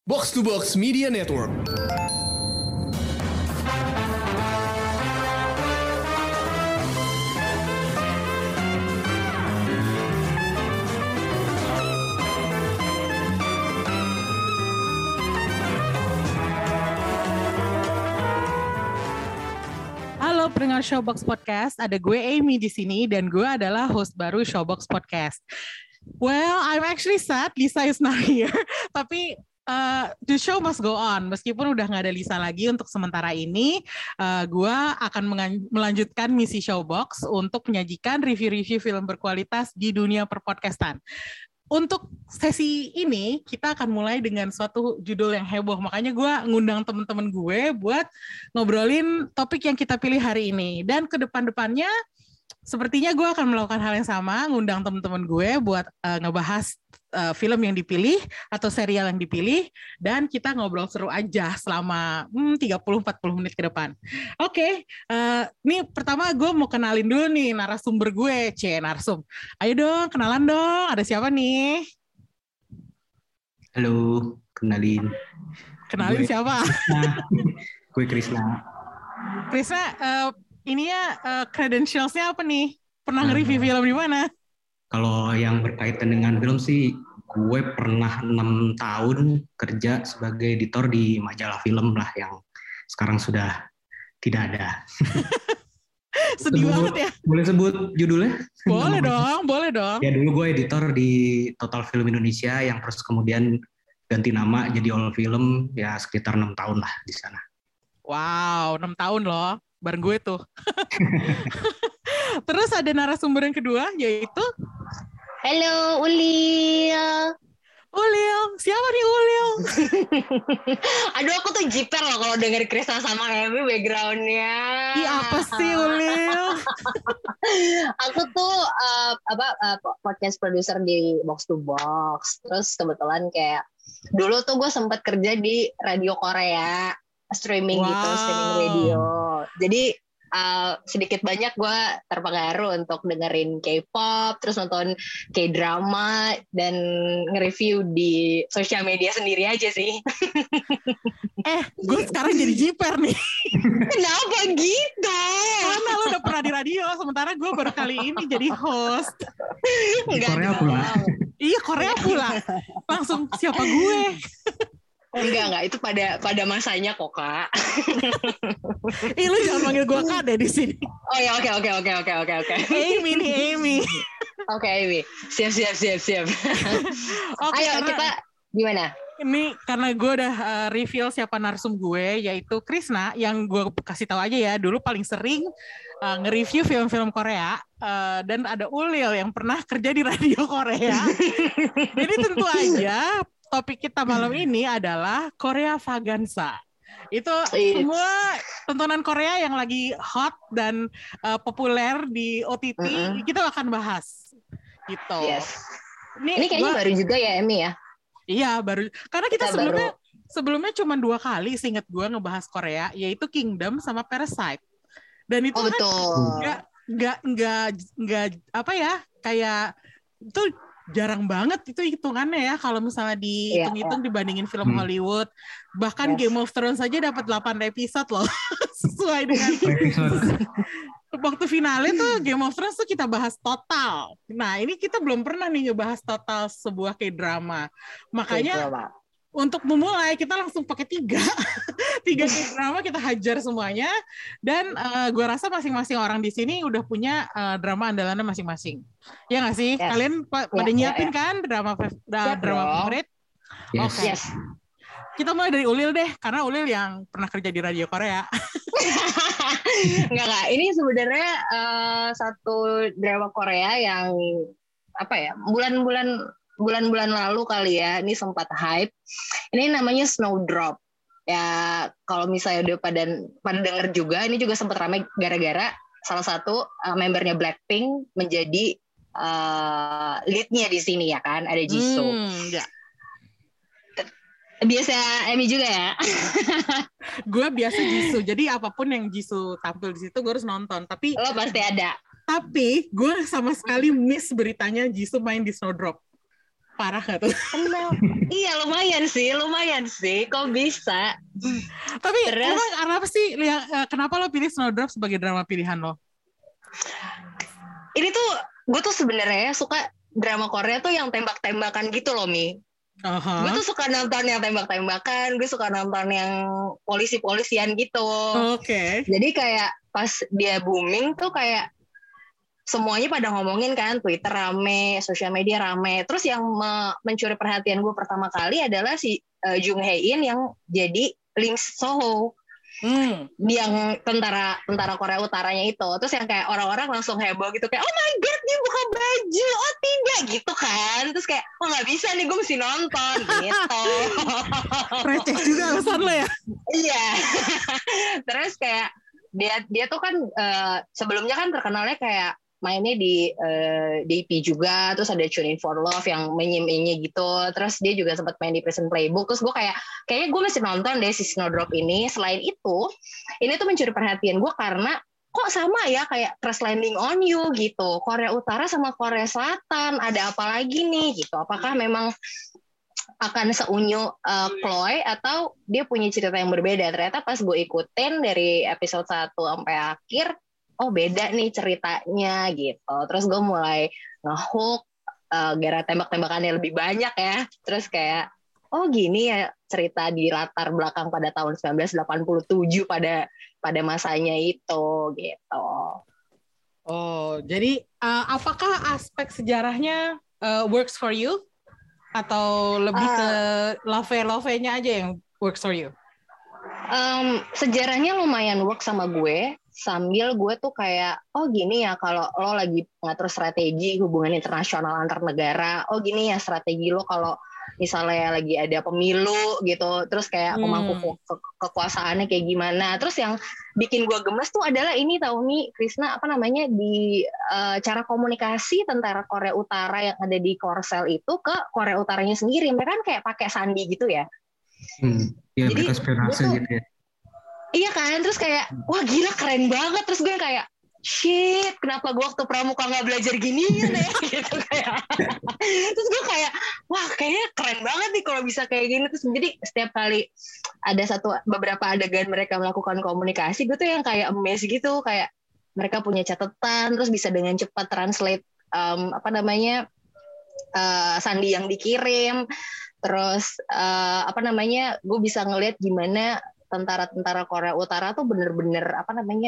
Box to Box Media Network. Halo pendengar Showbox Podcast, ada gue Amy di sini dan gue adalah host baru Showbox Podcast. Well, I'm actually sad Lisa is not here, tapi the show must go on. Meskipun udah nggak ada Lisa lagi untuk sementara ini, gue akan melanjutkan misi Showbox untuk menyajikan review-review film berkualitas di dunia perpodcastan. Untuk sesi ini, kita akan mulai dengan suatu judul yang heboh. Makanya gue ngundang teman-teman gue buat ngobrolin topik yang kita pilih hari ini. Dan ke depan-depannya, sepertinya gue akan melakukan hal yang sama, ngundang teman-teman gue buat ngebahas film yang dipilih atau serial yang dipilih, dan kita ngobrol seru aja selama 30-40 menit ke depan. Oke, nih pertama gue mau kenalin dulu nih narasumber gue, Narsum. Ayo dong, kenalan dong, ada siapa nih? Halo, kenalin gue, siapa? Gue Krisna. Krisna, ini ya credentials-nya apa nih? Pernah nge-review film di mana? Kalau yang berkaitan dengan film sih, gue pernah 6 tahun kerja sebagai editor di majalah film lah yang sekarang sudah tidak ada. Sedih banget ya. Boleh sebut judulnya? Boleh dong. Ya dulu gue editor di Total Film Indonesia yang terus kemudian ganti nama jadi All Film, ya sekitar 6 tahun lah di sana. Wow, 6 tahun loh. Bareng gue tuh. Terus ada narasumber yang kedua, yaitu halo, Ulil. Siapa nih Ulil? Aduh, aku tuh jiper loh kalau denger Krisna sama Amy backgroundnya. Ih, apa sih Ulil? Aku tuh podcast producer di Box to Box. Terus kebetulan kayak dulu tuh gue sempat kerja di radio Korea, streaming gitu, streaming radio. Jadi sedikit banyak gue terpengaruh untuk dengerin K-pop, terus nonton K-drama, dan nge-review di sosial media sendiri aja sih. Gue sekarang jadi jiper nih. Kenapa gitu? Karena lo udah pernah di radio, sementara gue baru kali ini jadi host. Korea pula. Iya, Korea pula. Langsung siapa gue? Enggak, itu pada masanya kok, Kak. Lu jangan manggil gue Kak deh di sini. Oh ya, oke. Amy. Oke, Amy. Siap. Oke, ayo kita gimana? Ini karena gue udah reveal siapa narsum gue, yaitu Krisna, yang gue kasih tahu aja ya, dulu paling sering nge-review film-film Korea, dan ada Ulil yang pernah kerja di radio Korea. Jadi tentu aja topik kita malam ini adalah Korea Vaganza. Itu semua tontonan Korea yang lagi hot dan populer di OTT, kita akan bahas. Gitu. Yes. Ini kayaknya baru juga ya, Emi ya? Iya, baru. Karena kita sebelumnya cuma 2 kali seinget gue ngebahas Korea, yaitu Kingdom sama Parasite. Dan itu nggak apa ya, kayak itu jarang banget itu hitungannya ya kalau misalnya dihitung-hitung dibandingin film Hollywood. Bahkan Game of Thrones saja dapat 8 episode loh. Sesuai dengan waktu finale tuh Game of Thrones tuh kita bahas total. Nah, ini kita belum pernah nih ngebahas total sebuah K-drama. Makanya untuk memulai kita langsung pakai 3 K-drama, kita hajar semuanya. Dan gue rasa masing-masing orang di sini udah punya drama andalannya masing-masing. Ya nggak sih? Yes. Kalian pada nyiapin kan drama favorit? Yes. Oke. Yes. Kita mulai dari Ulil deh, karena Ulil yang pernah kerja di radio Korea. Enggak. Ini sebenarnya satu drama Korea yang apa ya? Bulan-bulan lalu kali ya, ini sempat hype. Ini namanya Snowdrop. Ya, kalau misalnya udah pada denger juga, ini juga sempat ramai gara-gara salah satu membernya Blackpink menjadi lead-nya di sini ya kan, ada Jisoo. Ya. Biasa Emi juga ya. Gue biasa Jisoo. Jadi apapun yang Jisoo tampil di situ gue harus nonton. Tapi lo pasti ada. Tapi gue sama sekali miss beritanya Jisoo main di Snowdrop. Parah gak tuh? Kenal. Iya lumayan sih. Kok bisa? Tapi Terus? emang apa sih? Kenapa lo pilih Snowdrop sebagai drama pilihan lo? Ini tuh gue tuh sebenarnya suka drama Korea tuh yang tembak-tembakan gitu loh Mi. Gue tuh suka nonton yang tembak-tembakan, gue suka nonton yang polisi-polisian gitu. Oke. Jadi kayak pas dia booming tuh kayak semuanya pada ngomongin kan, Twitter rame, sosial media rame. Terus yang mencuri perhatian gue pertama kali adalah si Jung Hae In yang jadi Lim So-ho. Yang tentara Korea Utaranya itu. Terus yang kayak orang-orang langsung heboh gitu kayak, oh my god dia buka baju, oh tidak gitu kan. Terus kayak, oh nggak bisa nih gue mesti nonton gitu. Receh juga alasan lo ya. Iya. Terus kayak dia tuh kan sebelumnya kan terkenalnya kayak mainnya di DP juga, terus ada Tune In For Love yang menye-menye gitu, terus dia juga sempat main di Prison Playbook. Terus gue kayaknya gue masih nonton deh si Snowdrop ini. Selain itu, ini tuh mencuri perhatian gue karena kok sama ya kayak Crash Landing on You gitu, Korea Utara sama Korea Selatan, ada apa lagi nih gitu, apakah memang akan seunyu Chloe atau dia punya cerita yang berbeda. Ternyata pas gue ikutin dari episode 1 sampai akhir, oh beda nih ceritanya gitu. Terus gue mulai ngehook gara tembak-tembakannya lebih banyak ya. Terus kayak oh gini ya cerita di latar belakang pada tahun 1987 pada masanya itu gitu. Oh, jadi apakah aspek sejarahnya works for you atau lebih ke love-nya aja yang works for you? Sejarahnya lumayan work sama gue, sambil gue tuh kayak oh gini ya kalau lo lagi ngatur strategi hubungan internasional antar negara, oh gini ya strategi lo kalau misalnya lagi ada pemilu gitu, terus kayak pemangku kekuasaannya kayak gimana. Terus yang bikin gue gemes tuh adalah ini tau nih Krisna, apa namanya, di cara komunikasi tentara Korea Utara yang ada di Korsel itu ke Korea Utaranya sendiri. Mereka kan kayak pakai sandi gitu ya. Iya, jadi mereka spionase gitu ya. Iya kan, terus kayak wah gila keren banget. Terus gue kayak shit, kenapa gue waktu pramuka nggak belajar ginian ya gitu kayak. Terus gue kayak wah kayaknya keren banget nih kalau bisa kayak gini. Terus jadi setiap kali ada beberapa adegan mereka melakukan komunikasi, gue tuh yang kayak amazed gitu, kayak mereka punya catatan terus bisa dengan cepat translate apa namanya sandi yang dikirim. Terus apa namanya, gue bisa ngelihat gimana tentara-tentara Korea Utara tuh bener-bener apa namanya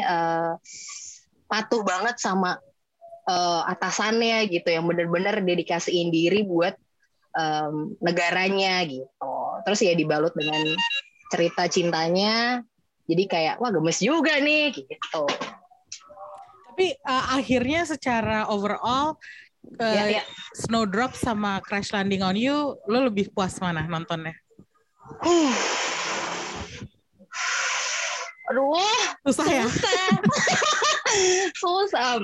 patuh banget sama atasannya gitu, yang bener-bener dedikasiin diri buat negaranya gitu. Terus ya dibalut dengan cerita cintanya, jadi kayak wah gemes juga nih gitu. Tapi akhirnya secara overall ya. Snowdrop sama Crash Landing on You, lo lebih puas mana nontonnya? Aduh, susah ya? Susah.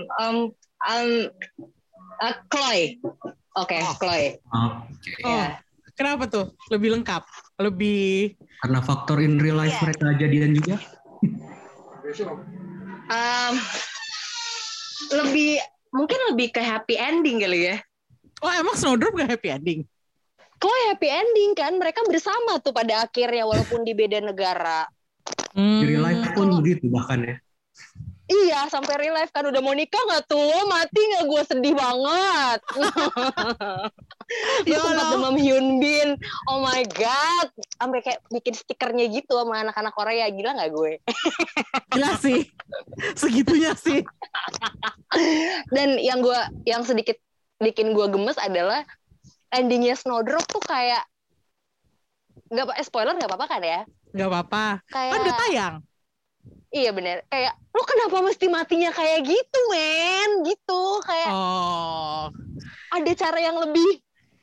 Chloe. Oke, Chloe. Ya. Kenapa tuh? Lebih lengkap? Lebih... Karena faktor in real life mereka jadian juga? Mungkin lebih ke happy ending kali ya. Oh emang Snowdrop gak happy ending? Chloe happy ending kan, mereka bersama tuh pada akhirnya walaupun di beda negara. Di real life pun begitu bahkan ya. Iya, sampai real life kan udah mau nikah nggak tuh? Mati nggak, gue sedih banget. Dia sempat demam Hyun Bin. Oh my god, sampai kayak bikin stikernya gitu sama anak-anak Korea. Gila nggak gue? Gila sih, segitunya sih. Dan yang sedikit bikin gue gemes adalah endingnya Snowdrop tuh kayak spoiler nggak apa-apa kan ya? Nggak apa-apa, kayak, kan udah tayang. Iya bener, kayak lo kenapa mesti matinya kayak gitu men, gitu kayak ada cara yang lebih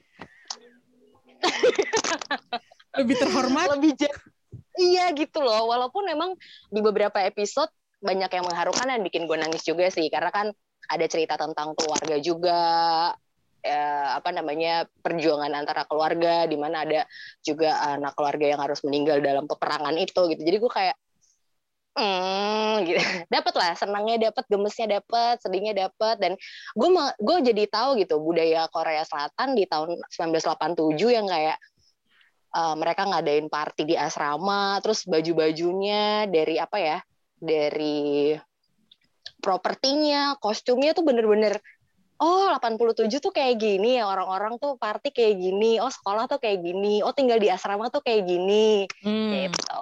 terhormat, iya gitu loh. Walaupun memang di beberapa episode banyak yang mengharukan dan bikin gue nangis juga sih, karena kan ada cerita tentang keluarga juga, apa namanya, perjuangan antara keluarga, di mana ada juga anak keluarga yang harus meninggal dalam peperangan itu gitu. Jadi gue kayak gitu. Dapat lah, senangnya dapat, gemesnya dapat, sedihnya dapat. Dan gue jadi tahu gitu budaya Korea Selatan di tahun 1987 yang kayak mereka ngadain party di asrama, terus baju-bajunya dari apa ya, dari propertinya, kostumnya tuh bener-bener, oh 87 tuh kayak gini ya, orang-orang tuh party kayak gini, oh sekolah tuh kayak gini, oh tinggal di asrama tuh kayak gini, gitu.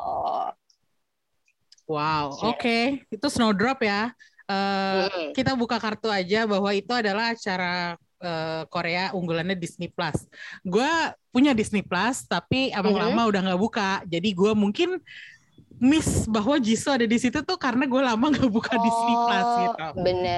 Wow, oke. Itu Snowdrop ya. Kita buka kartu aja bahwa itu adalah acara Korea unggulannya Disney Plus. Gue punya Disney Plus, tapi emang lama udah nggak buka. Jadi gue mungkin miss bahwa Jisoo ada di situ tuh karena gue lama nggak buka Disney Plus gitu. Benar.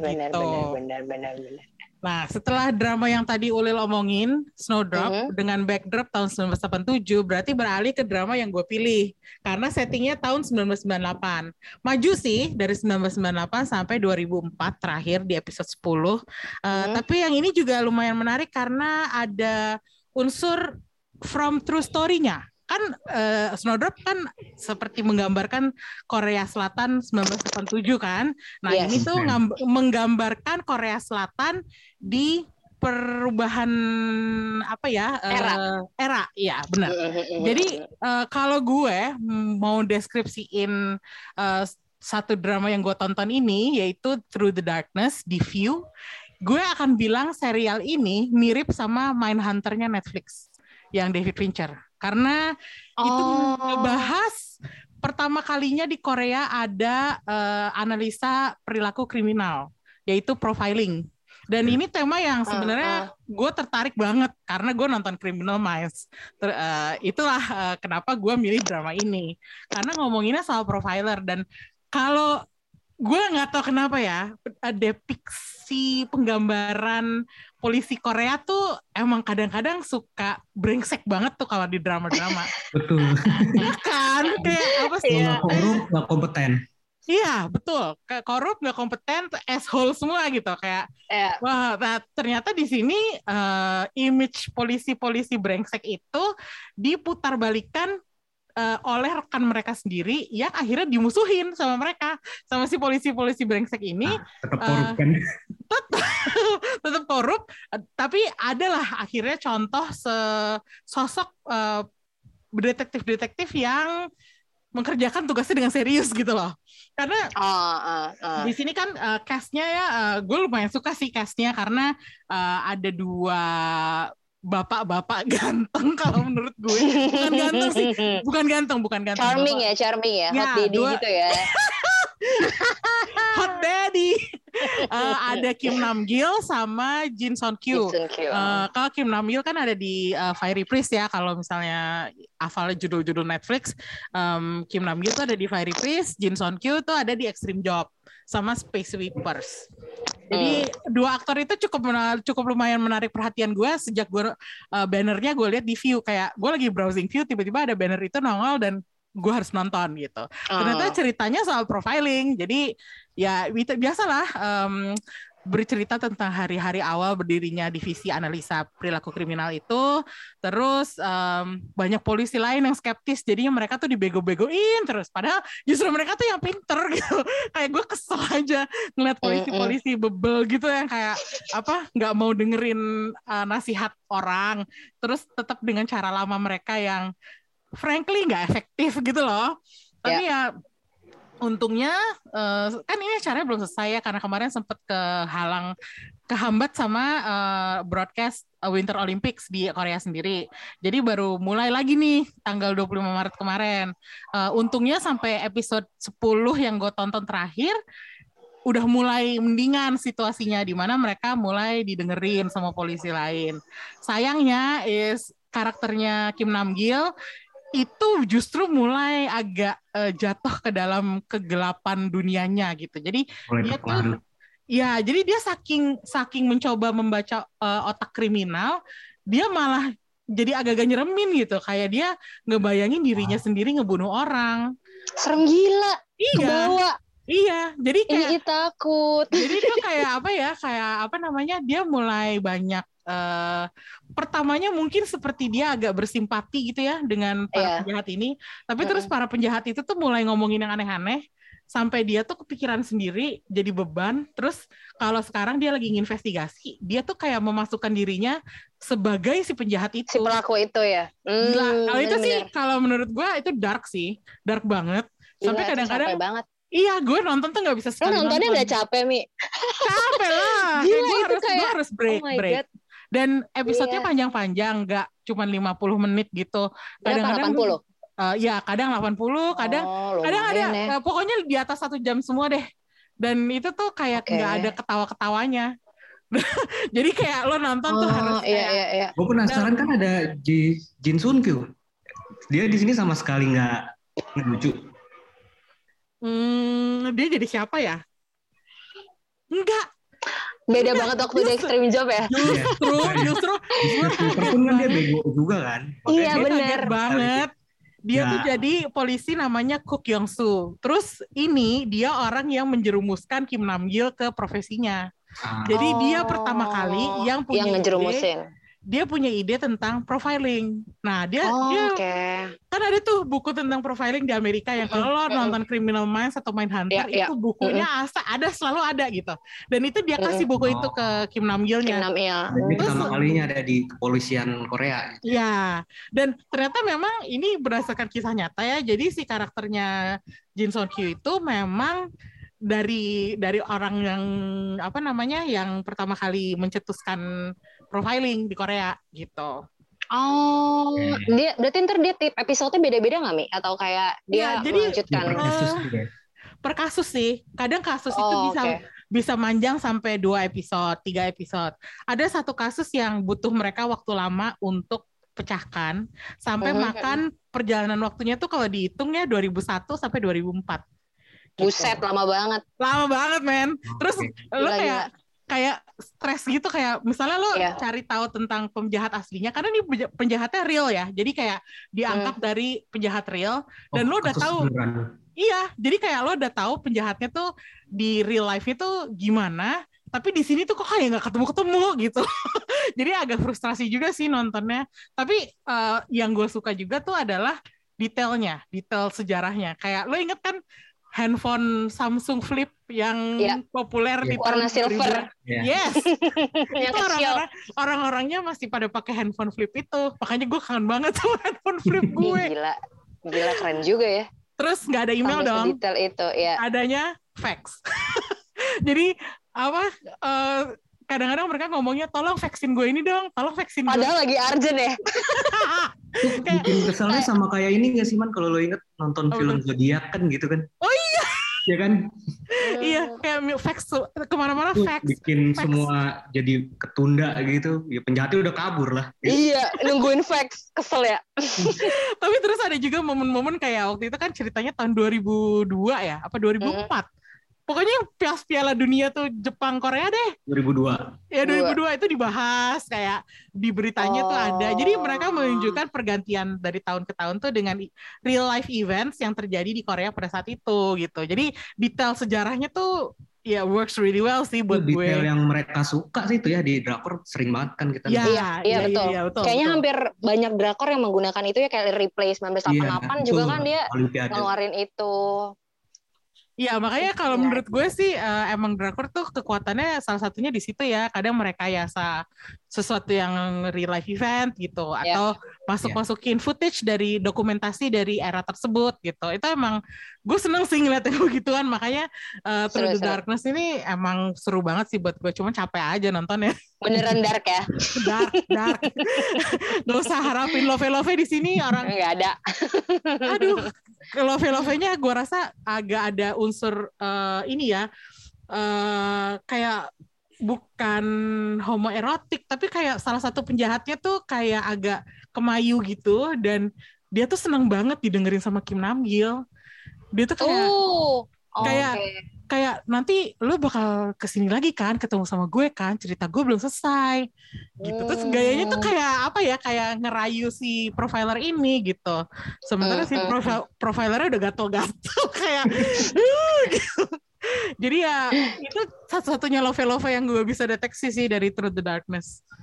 Nah, setelah drama yang tadi Ulil omongin, Snowdrop dengan backdrop tahun 1987, berarti beralih ke drama yang gue pilih. Karena settingnya tahun 1998. Maju sih dari 1998 sampai 2004 terakhir di episode 10. Tapi yang ini juga lumayan menarik karena ada unsur from true story-nya. Kan Snowdrop kan seperti menggambarkan Korea Selatan 1987 kan. Nah, ini tuh menggambarkan Korea Selatan di perubahan apa ya? Era. Ya, benar. Jadi kalau gue mau deskripsiin satu drama yang gue tonton ini yaitu Through the Darkness di View, gue akan bilang serial ini mirip sama Mindhunter-nya Netflix yang David Fincher. Karena itu ngebahas pertama kalinya di Korea ada analisa perilaku kriminal, yaitu profiling. Dan ini tema yang sebenarnya gue tertarik banget karena gue nonton Criminal Minds. Itulah kenapa gue milih drama ini. Karena ngomonginnya soal profiler. Dan kalau gue nggak tahu kenapa ya, depiksi penggambaran polisi Korea tuh emang kadang-kadang suka brengsek banget tuh kalau di drama-drama. Betul. Iya kan? Kayak apa sih? Korup, nggak kompeten. Iya, betul. Kayak korup, nggak kompeten, asshole semua gitu. Kayak, wah, nah, ternyata di sini image polisi-polisi brengsek itu diputarbalikkan oleh rekan mereka sendiri yang akhirnya dimusuhin sama mereka, sama si polisi-polisi brengsek ini. Tetap korup kan? Tetap korup, tapi adalah akhirnya contoh sosok detektif-detektif yang mengerjakan tugasnya dengan serius gitu loh. Karena di sini kan cast-nya ya, gue lumayan suka sih cast-nya karena ada dua bapak-bapak ganteng kalau menurut gue. Bukan ganteng. Charming ya, hot daddy gitu ya. Hot daddy. Ada Kim Nam-gil sama Jin Son-kyu. Kalau Kim Nam-gil kan ada di Fiery Priest ya, kalau misalnya hafal judul-judul Netflix. Kim Nam-gil tuh ada di Fiery Priest, Jin Son-kyu tuh ada di Extreme Job sama Space Sweepers. Jadi dua aktor itu cukup lumayan menarik perhatian gue sejak gue bannernya gue lihat di View. Kayak gue lagi browsing View, tiba-tiba ada banner itu nongol dan gue harus nonton gitu. Ternyata ceritanya soal profiling. Jadi ya biasalah bercerita tentang hari-hari awal berdirinya divisi analisa perilaku kriminal itu. Terus banyak polisi lain yang skeptis, jadinya mereka tuh dibego-begoin terus. Padahal justru mereka tuh yang pinter gitu. Kayak gue kesel aja ngeliat polisi-polisi bebel gitu yang kayak apa nggak mau dengerin nasihat orang. Terus tetap dengan cara lama mereka yang frankly nggak efektif gitu loh. Tapi ya untungnya kan ini acaranya belum selesai ya karena kemarin sempat kehambat sama broadcast Winter Olympics di Korea sendiri. Jadi baru mulai lagi nih tanggal 25 Maret kemarin. Untungnya sampai episode 10 yang gue tonton terakhir udah mulai mendingan situasinya di mana mereka mulai didengerin sama polisi lain. Sayangnya karakternya Kim Nam-gil itu justru mulai agak jatuh ke dalam kegelapan dunianya gitu. Jadi dia saking mencoba membaca otak kriminal, dia malah jadi agak-agak nyeremin gitu. Kayak dia ngebayangin dirinya sendiri ngebunuh orang. Serem gila. Iya. Kebawa. Iya, jadi kayak takut. Jadi itu kayak apa ya? Kayak apa namanya? Dia mulai banyak pertamanya mungkin seperti dia agak bersimpati gitu ya dengan para penjahat ini, tapi terus para penjahat itu tuh mulai ngomongin yang aneh-aneh sampai dia tuh kepikiran sendiri jadi beban. Terus kalau sekarang dia lagi nginvestigasi, dia tuh kayak memasukkan dirinya sebagai si penjahat itu, si pelaku itu ya. Gila, kalau itu sih kalau menurut gue itu dark sih, dark banget. Sampai kadang-kadang banget. Iya, gue nonton tuh nggak bisa sekali nonton. Lo nontonnya nggak capek, Mi? Capek lah. Gila, gue harus break. God. Dan episodenya panjang-panjang, nggak cuma 50 menit gitu. Kadang-kadang 80? Ya, kadang 80, kadang ada. Ya. Pokoknya di atas 1 jam semua deh. Dan itu tuh kayak nggak ada ketawa-ketawanya. Jadi kayak lo nonton tuh harus Iya. Gue penasaran kan ada Jin Sun Kyu. Dia di sini sama sekali nggak lucu. Dia jadi siapa ya? Enggak. Beda banget waktu di Extreme Job ya. Justru Walaupun kan dia bego juga kan. Iya benar banget. Dia tuh jadi polisi namanya Kook Yong Soo. Terus ini dia orang yang menjerumuskan Kim Nam Gil ke profesinya. Jadi dia pertama kali yang punya dia punya ide tentang profiling. Nah, dia kan ada tuh buku tentang profiling di Amerika yang kalau lo nonton Criminal Minds atau Mindhunter itu bukunya selalu ada gitu. Dan itu dia kasih buku itu ke Kim Nam Gil-nya. Ini pertama kalinya ada di kepolisian Korea. Ya, dan ternyata memang ini berdasarkan kisah nyata ya. Jadi si karakternya Jin Song Kyu itu memang dari orang yang yang pertama kali mencetuskan profiling di Korea gitu. Dia berarti ntar dia tip episode-nya beda-beda nggak, Mi? Atau kayak dia melanjutkan? Per kasus sih. Kadang kasus itu bisa manjang sampai 2 episode, 3 episode. Ada satu kasus yang butuh mereka waktu lama untuk pecahkan sampai makan perjalanan waktunya tuh kalau dihitung ya 2001 sampai 2004. Gitu. Buset, lama banget. Lama banget, men. Terus lo kayak stres gitu, kayak misalnya lo cari tahu tentang penjahat aslinya karena ini penjahatnya real ya, jadi kayak diangkat dari penjahat real dan lo udah tahu jadi kayak lo udah tahu penjahatnya tuh di real life itu gimana, tapi di sini tuh kok kayak nggak ketemu gitu. Jadi agak frustrasi juga sih nontonnya, tapi yang gue suka juga tuh adalah detail sejarahnya. Kayak lo inget kan handphone Samsung Flip yang populer di warna silver. Yes. Itu orang-orangnya masih pada pakai handphone flip itu. Makanya gue kangen banget sama handphone flip gue. Gila keren juga ya. Terus nggak ada email dong. Detail itu, ya. Adanya fax. Jadi kadang-kadang mereka ngomongnya tolong vaksin gue ini dong, tolong vaksin gue. Padahal lagi urgent ya. Bikin keselnya sama kayak ini nggak sih, Man? Kalau lo inget nonton film Zodiac kan gitu kan? Oh iya. Iya kan? Iya, kayak fax kemana-mana fax. Bikin semua jadi ketunda gitu. Ya penjahatnya udah kabur lah. Iya, nungguin fax, kesel ya. Tapi terus ada juga momen-momen kayak waktu itu kan ceritanya tahun 2002 ya, apa 2004. Pokoknya Piala Dunia tuh Jepang Korea deh. 2002. Ya 2002 itu dibahas kayak di beritanya tuh ada. Jadi mereka menunjukkan pergantian dari tahun ke tahun tuh dengan real life events yang terjadi di Korea pada saat itu gitu. Jadi detail sejarahnya tuh ya works really well sih buat gue. Detail yang mereka suka sih itu ya di drakor sering banget kan kita. Iya betul. Kayaknya hampir banyak drakor yang menggunakan itu ya, kayak Replay 1988 juga kan dia ngeluarin itu. Iya, makanya kalau menurut gue sih emang drakor tuh kekuatannya salah satunya di situ ya. Kadang mereka sesuatu yang real life event gitu, atau masukin footage dari dokumentasi dari era tersebut gitu. Itu emang gue seneng sih ngeliatin begituan. Makanya Through the Darkness ini emang seru banget sih buat gue. Cuma capek aja nontonnya. Beneran dark ya? Dark. Gak usah harapin love di sini orang. Nggak ada. Aduh. Love-nya gue rasa agak ada unsur kayak bukan homoerotik, tapi kayak salah satu penjahatnya tuh kayak agak kemayu gitu, dan dia tuh seneng banget didengerin sama Kim Nam Gil. Dia tuh kayak nanti lo bakal kesini lagi kan, ketemu sama gue kan, cerita gue belum selesai gitu. Terus gayanya tuh kayak kayak ngerayu si profiler ini gitu. Sementara si profilernya udah gatel-gatel kayak gitu. Jadi ya itu satu-satunya love yang gue bisa deteksi sih dari Through the Darkness.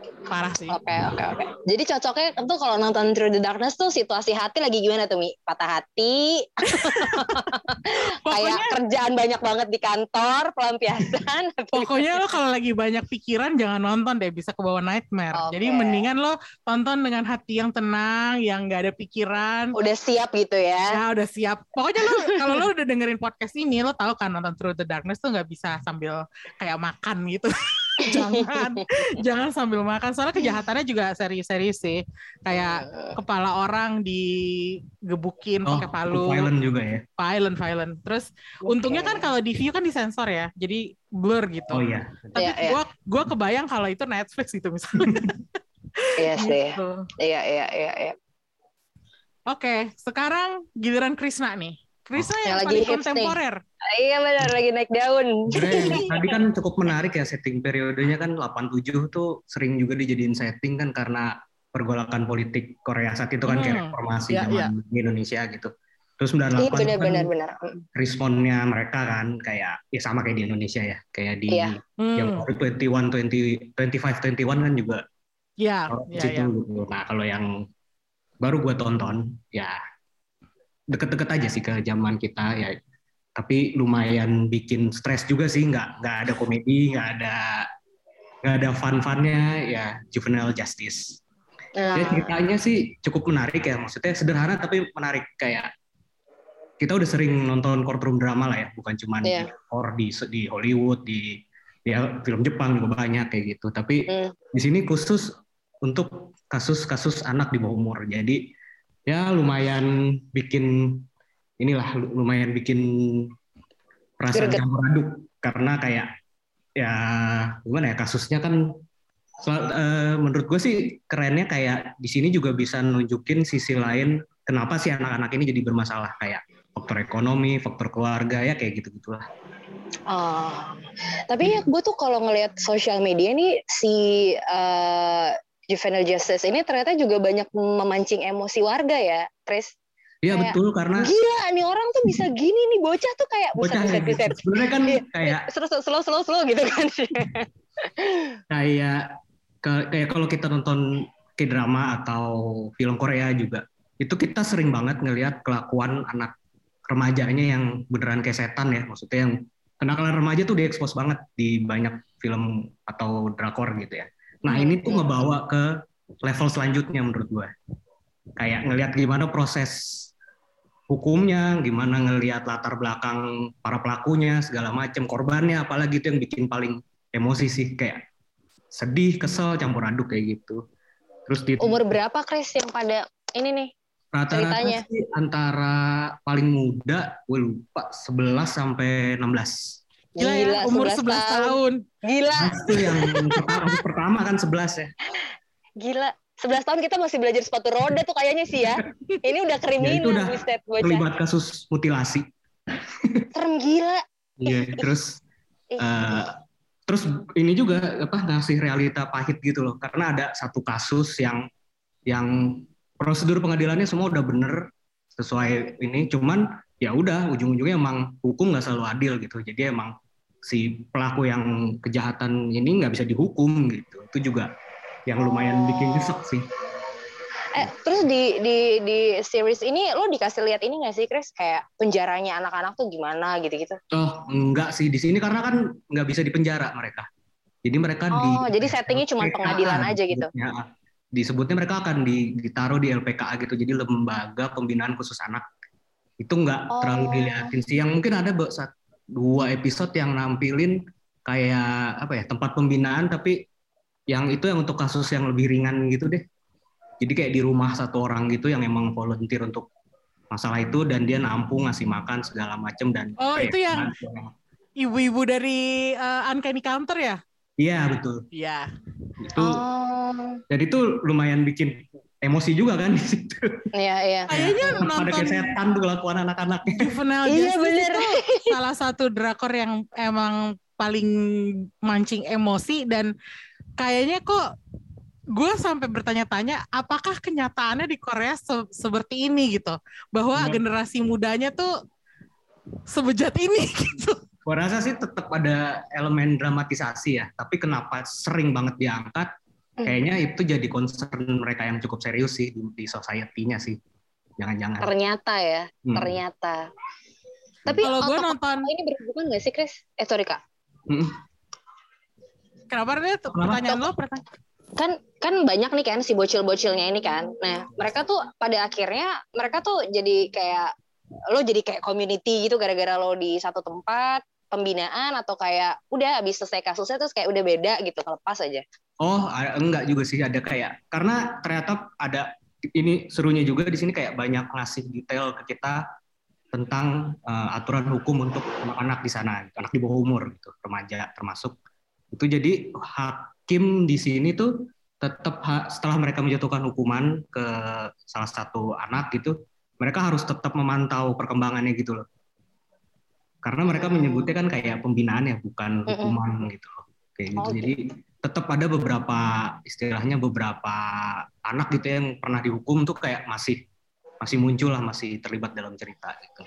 Parah sih. Oke. Jadi cocoknya tuh kalau nonton Through the Darkness tuh situasi hati lagi gimana tuh, Mi? Patah hati. Kayak kerjaan banyak banget di kantor, pelampiasan. Pokoknya lo kalau lagi banyak pikiran jangan nonton deh, bisa kebawa nightmare. Jadi mendingan lo tonton dengan hati yang tenang, yang nggak ada pikiran. Udah siap gitu ya? Ya udah siap. Pokoknya lo kalau lo udah dengerin podcast ini, lo tahu kan nonton Through the Darkness tuh nggak bisa sambil kayak makan gitu. jangan sambil makan, soalnya kejahatannya juga serius sih, kayak kepala orang digebukin pakai palu. Violent juga ya. Violent. Terus untungnya kan kalau di view kan disensor ya, jadi blur gitu. Oh iya. Tapi gue kebayang kalau itu Netflix gitu misalnya. Iya sih. Gitu. Iya. Oke, sekarang giliran Krisna nih. Krisna yang lagi paling kontemporer. Iya benar, lagi naik daun. Tadi kan cukup menarik ya setting periodenya kan 87 tuh sering juga dijadiin setting kan karena pergolakan politik Korea saat itu kan kayak reformasi zaman di Indonesia gitu. Terus 98 Iya, benar. Responnya mereka kan kayak ya sama kayak di Indonesia ya, kayak di yang baru 25 kan juga. Iya. Gitu. Nah kalau yang baru gue tonton ya deket-deket aja sih ke zaman kita ya, tapi lumayan bikin stres juga sih, nggak ada komedi, nggak ada fun-funnya ya. Juvenile Justice ya ceritanya sih cukup menarik ya, maksudnya sederhana tapi menarik, kayak kita udah sering nonton courtroom drama lah ya, bukan cuma di Hollywood, di film Jepang juga banyak kayak gitu, tapi di sini khusus untuk kasus-kasus anak di bawah umur, jadi ya lumayan bikin perasaan campur aduk, karena kayak ya gimana ya, kasusnya kan menurut gue sih kerennya kayak di sini juga bisa nunjukin sisi lain kenapa sih anak-anak ini jadi bermasalah, kayak faktor ekonomi, faktor keluarga ya kayak gitu-gitulah. Tapi gue tuh kalau ngelihat sosial media nih si Juvenile Justice ini ternyata juga banyak memancing emosi warga ya, Chris. Iya betul, karena gila nih orang tuh bisa gini nih, bocah tuh kayak buset. Sebenarnya kan kayak slow gitu kan. kayak kalau kita nonton K-drama atau film Korea juga, itu kita sering banget ngelihat kelakuan anak remajanya yang beneran kayak setan ya, maksudnya yang kenakalan remaja tuh diekspos banget di banyak film atau drakor gitu ya. Nah ini tuh ngebawa ke level selanjutnya menurut gue. Kayak ngelihat gimana proses hukumnya, gimana ngelihat latar belakang para pelakunya, segala macam, korbannya, apalagi itu yang bikin paling emosi sih, kayak sedih, kesel, campur aduk kayak gitu. Terus umur berapa Chris yang pada ini nih? Rata-rata sih antara paling muda, gue lupa 11 sampai 16. Gila, umur 11 tahun. Gila. Itu yang pertama kan 11 ya. Gila. 11 tahun kita masih belajar sepatu roda tuh kayaknya sih ya. Ini udah kriminal. Ya, itu udah terlibat kasus mutilasi. Serem gila. Iya, terus ini juga ngasih realita pahit gitu loh. Karena ada satu kasus yang prosedur pengadilannya semua udah bener sesuai ini, cuman ya udah ujung-ujungnya emang hukum nggak selalu adil gitu. Jadi emang si pelaku yang kejahatan ini nggak bisa dihukum gitu. Itu juga yang lumayan bikin nyesek sih. Terus di series ini lo dikasih lihat ini nggak sih Chris, kayak penjaranya anak-anak tuh gimana gitu-gitu? Oh enggak sih, di sini karena kan nggak bisa dipenjara mereka. Jadi mereka jadi settingnya cuma pengadilan aja gitu. Ya, disebutnya mereka akan ditaruh di LPKA gitu, jadi lembaga pembinaan khusus anak. Itu nggak terlalu dilihatin sih. Yang mungkin ada 2 episode yang nampilin kayak tempat pembinaan, tapi yang itu yang untuk kasus yang lebih ringan gitu deh. Jadi kayak di rumah satu orang gitu yang emang volunteer untuk masalah itu, dan dia nampung, ngasih makan segala macem, dan itu yang ibu-ibu dari Uncanny Counter ya? Iya betul. Iya. Itu dan itu lumayan bikin emosi juga kan di situ. Iya. Kayaknya nonton pada kesetan tuh kelakuan anak-anak. Juvenile Justice itu salah satu drakor yang emang paling mancing emosi, dan kayaknya kok gue sampai bertanya-tanya apakah kenyataannya di Korea seperti ini gitu, bahwa generasi mudanya tuh sebejat ini gitu. Gue rasa sih tetap ada elemen dramatisasi ya, tapi kenapa sering banget diangkat Kayaknya itu jadi concern mereka yang cukup serius sih di society-nya sih. Jangan-jangan. Ternyata ya, ternyata. Tapi kalau gue nonton ini berhubungan nggak sih, Chris? Sorry Kak. Kenapa dia pertanyaan lo? Kan banyak nih kan si bocil-bocilnya ini kan. Nah, mereka tuh pada akhirnya mereka tuh jadi kayak lo jadi kayak community gitu gara-gara lo di satu tempat pembinaan atau kayak udah habis selesai kasusnya terus kayak udah beda gitu lepas aja. Oh, enggak juga sih, ada kayak karena ternyata ada ini serunya juga di sini kayak banyak ngasih detail ke kita tentang aturan hukum untuk anak-anak di sana, anak di bawah umur gitu, remaja termasuk. Itu jadi hakim di sini tuh tetap setelah mereka menjatuhkan hukuman ke salah satu anak gitu, mereka harus tetap memantau perkembangannya gitu loh. Karena mereka menyebutnya kan kayak pembinaan ya, bukan hukuman gitu loh. Kayak gitu. Jadi tetap ada istilahnya beberapa anak gitu yang pernah dihukum tuh kayak masih muncul lah, masih terlibat dalam cerita gitu.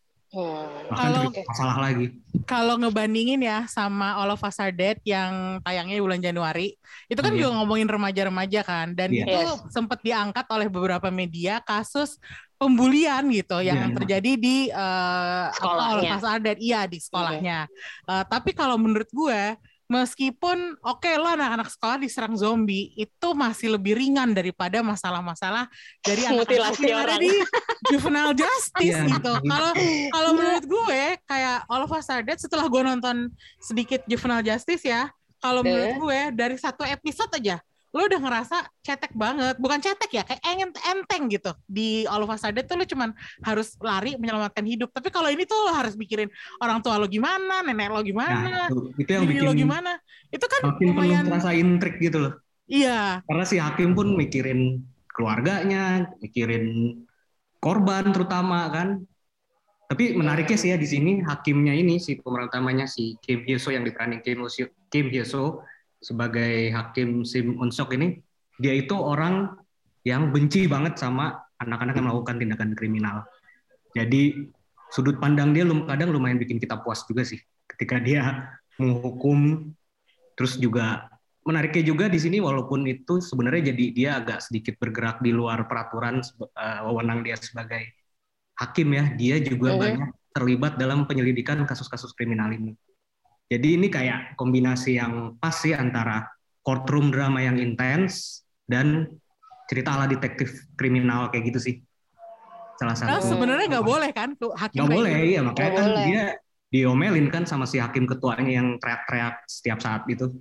Bahkan masalah lagi. Kalau ngebandingin ya sama All of Us Are Dead yang tayangnya bulan Januari, itu kan juga ngomongin remaja-remaja kan, dan itu sempat diangkat oleh beberapa media kasus pembulian gitu yang terjadi di All of Us Are Dead, di sekolahnya. Tapi kalau menurut gue, meskipun lo anak-anak sekolah diserang zombie, itu masih lebih ringan daripada masalah-masalah dari anak-anak yang ada di juvenile justice gitu. Kalau menurut gue kayak All of Us Are Dead, setelah gue nonton sedikit juvenile justice ya, kalau menurut gue dari satu episode aja lo udah ngerasa cetek banget, bukan cetek ya, kayak enteng gitu. Di All of Us Are Dead tuh lo cuman harus lari menyelamatkan hidup, tapi kalau ini tuh lo harus mikirin orang tua lo gimana, nenek lo gimana, itu yang bikin lo gimana. Itu kan lumayan terasa intrik gitu loh. Iya. Karena si hakim pun mikirin keluarganya, mikirin korban terutama kan. Tapi menariknya sih ya di sini hakimnya ini, si pemeran utamanya si Kim Hye So yang diperanin Kim Hye So sebagai hakim Sim Eun-seok ini, dia itu orang yang benci banget sama anak-anak yang melakukan tindakan kriminal. Jadi sudut pandang dia kadang lumayan bikin kita puas juga sih ketika dia menghukum. Terus juga menariknya juga di sini walaupun itu sebenarnya jadi dia agak sedikit bergerak di luar peraturan wewenang dia sebagai hakim ya, dia juga banyak terlibat dalam penyelidikan kasus-kasus kriminal ini. Jadi ini kayak kombinasi yang pas sih antara courtroom drama yang intens dan cerita ala detektif kriminal kayak gitu sih. Salah satu. Sebenarnya nggak boleh kan hakim? Nggak boleh, ya makanya kan dia diomelin kan sama si hakim ketuanya yang teriak-teriak setiap saat itu.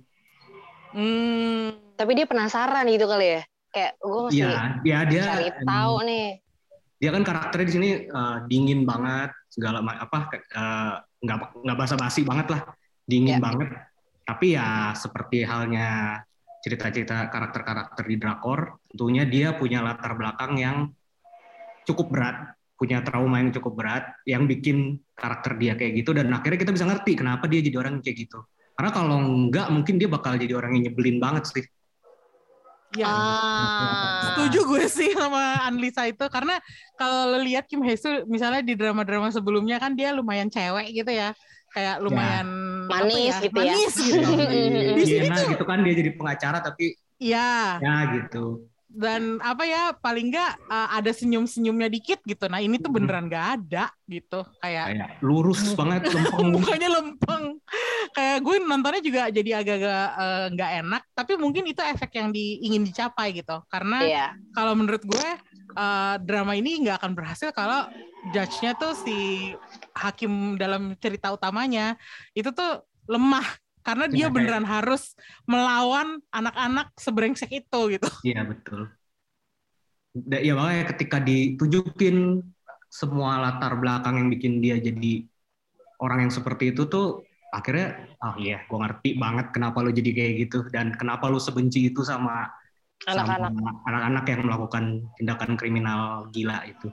Tapi dia penasaran gitu kali ya? Kayak gue masih dia cari tahu nih. Dia kan karakternya di sini dingin banget, segala nggak basa-basi banget lah. Dingin banget, tapi ya seperti halnya cerita-cerita karakter-karakter di drakor, tentunya dia punya latar belakang yang cukup berat, punya trauma yang cukup berat, yang bikin karakter dia kayak gitu, dan akhirnya kita bisa ngerti kenapa dia jadi orang kayak gitu. Karena kalau enggak, mungkin dia bakal jadi orang yang nyebelin banget sih. Ya, setuju gue sih sama Anlisa itu, karena kalau lo lihat Kim Hye So misalnya di drama-drama sebelumnya kan dia lumayan cewek gitu ya, kayak lumayan manis gitu ya. Manis gitu. Di sini tuh gitu kan dia jadi pengacara tapi ya gitu. Dan paling nggak ada senyum-senyumnya dikit gitu. Nah ini tuh beneran nggak ada gitu, kayak lurus banget, lempeng. Mukanya lempeng. Kayak gue nontonnya juga jadi agak-agak nggak enak. Tapi mungkin itu efek yang ingin dicapai gitu. Karena kalau menurut gue drama ini nggak akan berhasil kalau judge-nya tuh si hakim dalam cerita utamanya itu tuh lemah. Karena dia beneran harus melawan anak-anak sebrengsek itu gitu. Iya betul. Ya makanya ketika ditunjukin semua latar belakang yang bikin dia jadi orang yang seperti itu tuh akhirnya gue ngerti banget kenapa lo jadi kayak gitu dan kenapa lo sebenci itu sama anak-anak yang melakukan tindakan kriminal gila itu.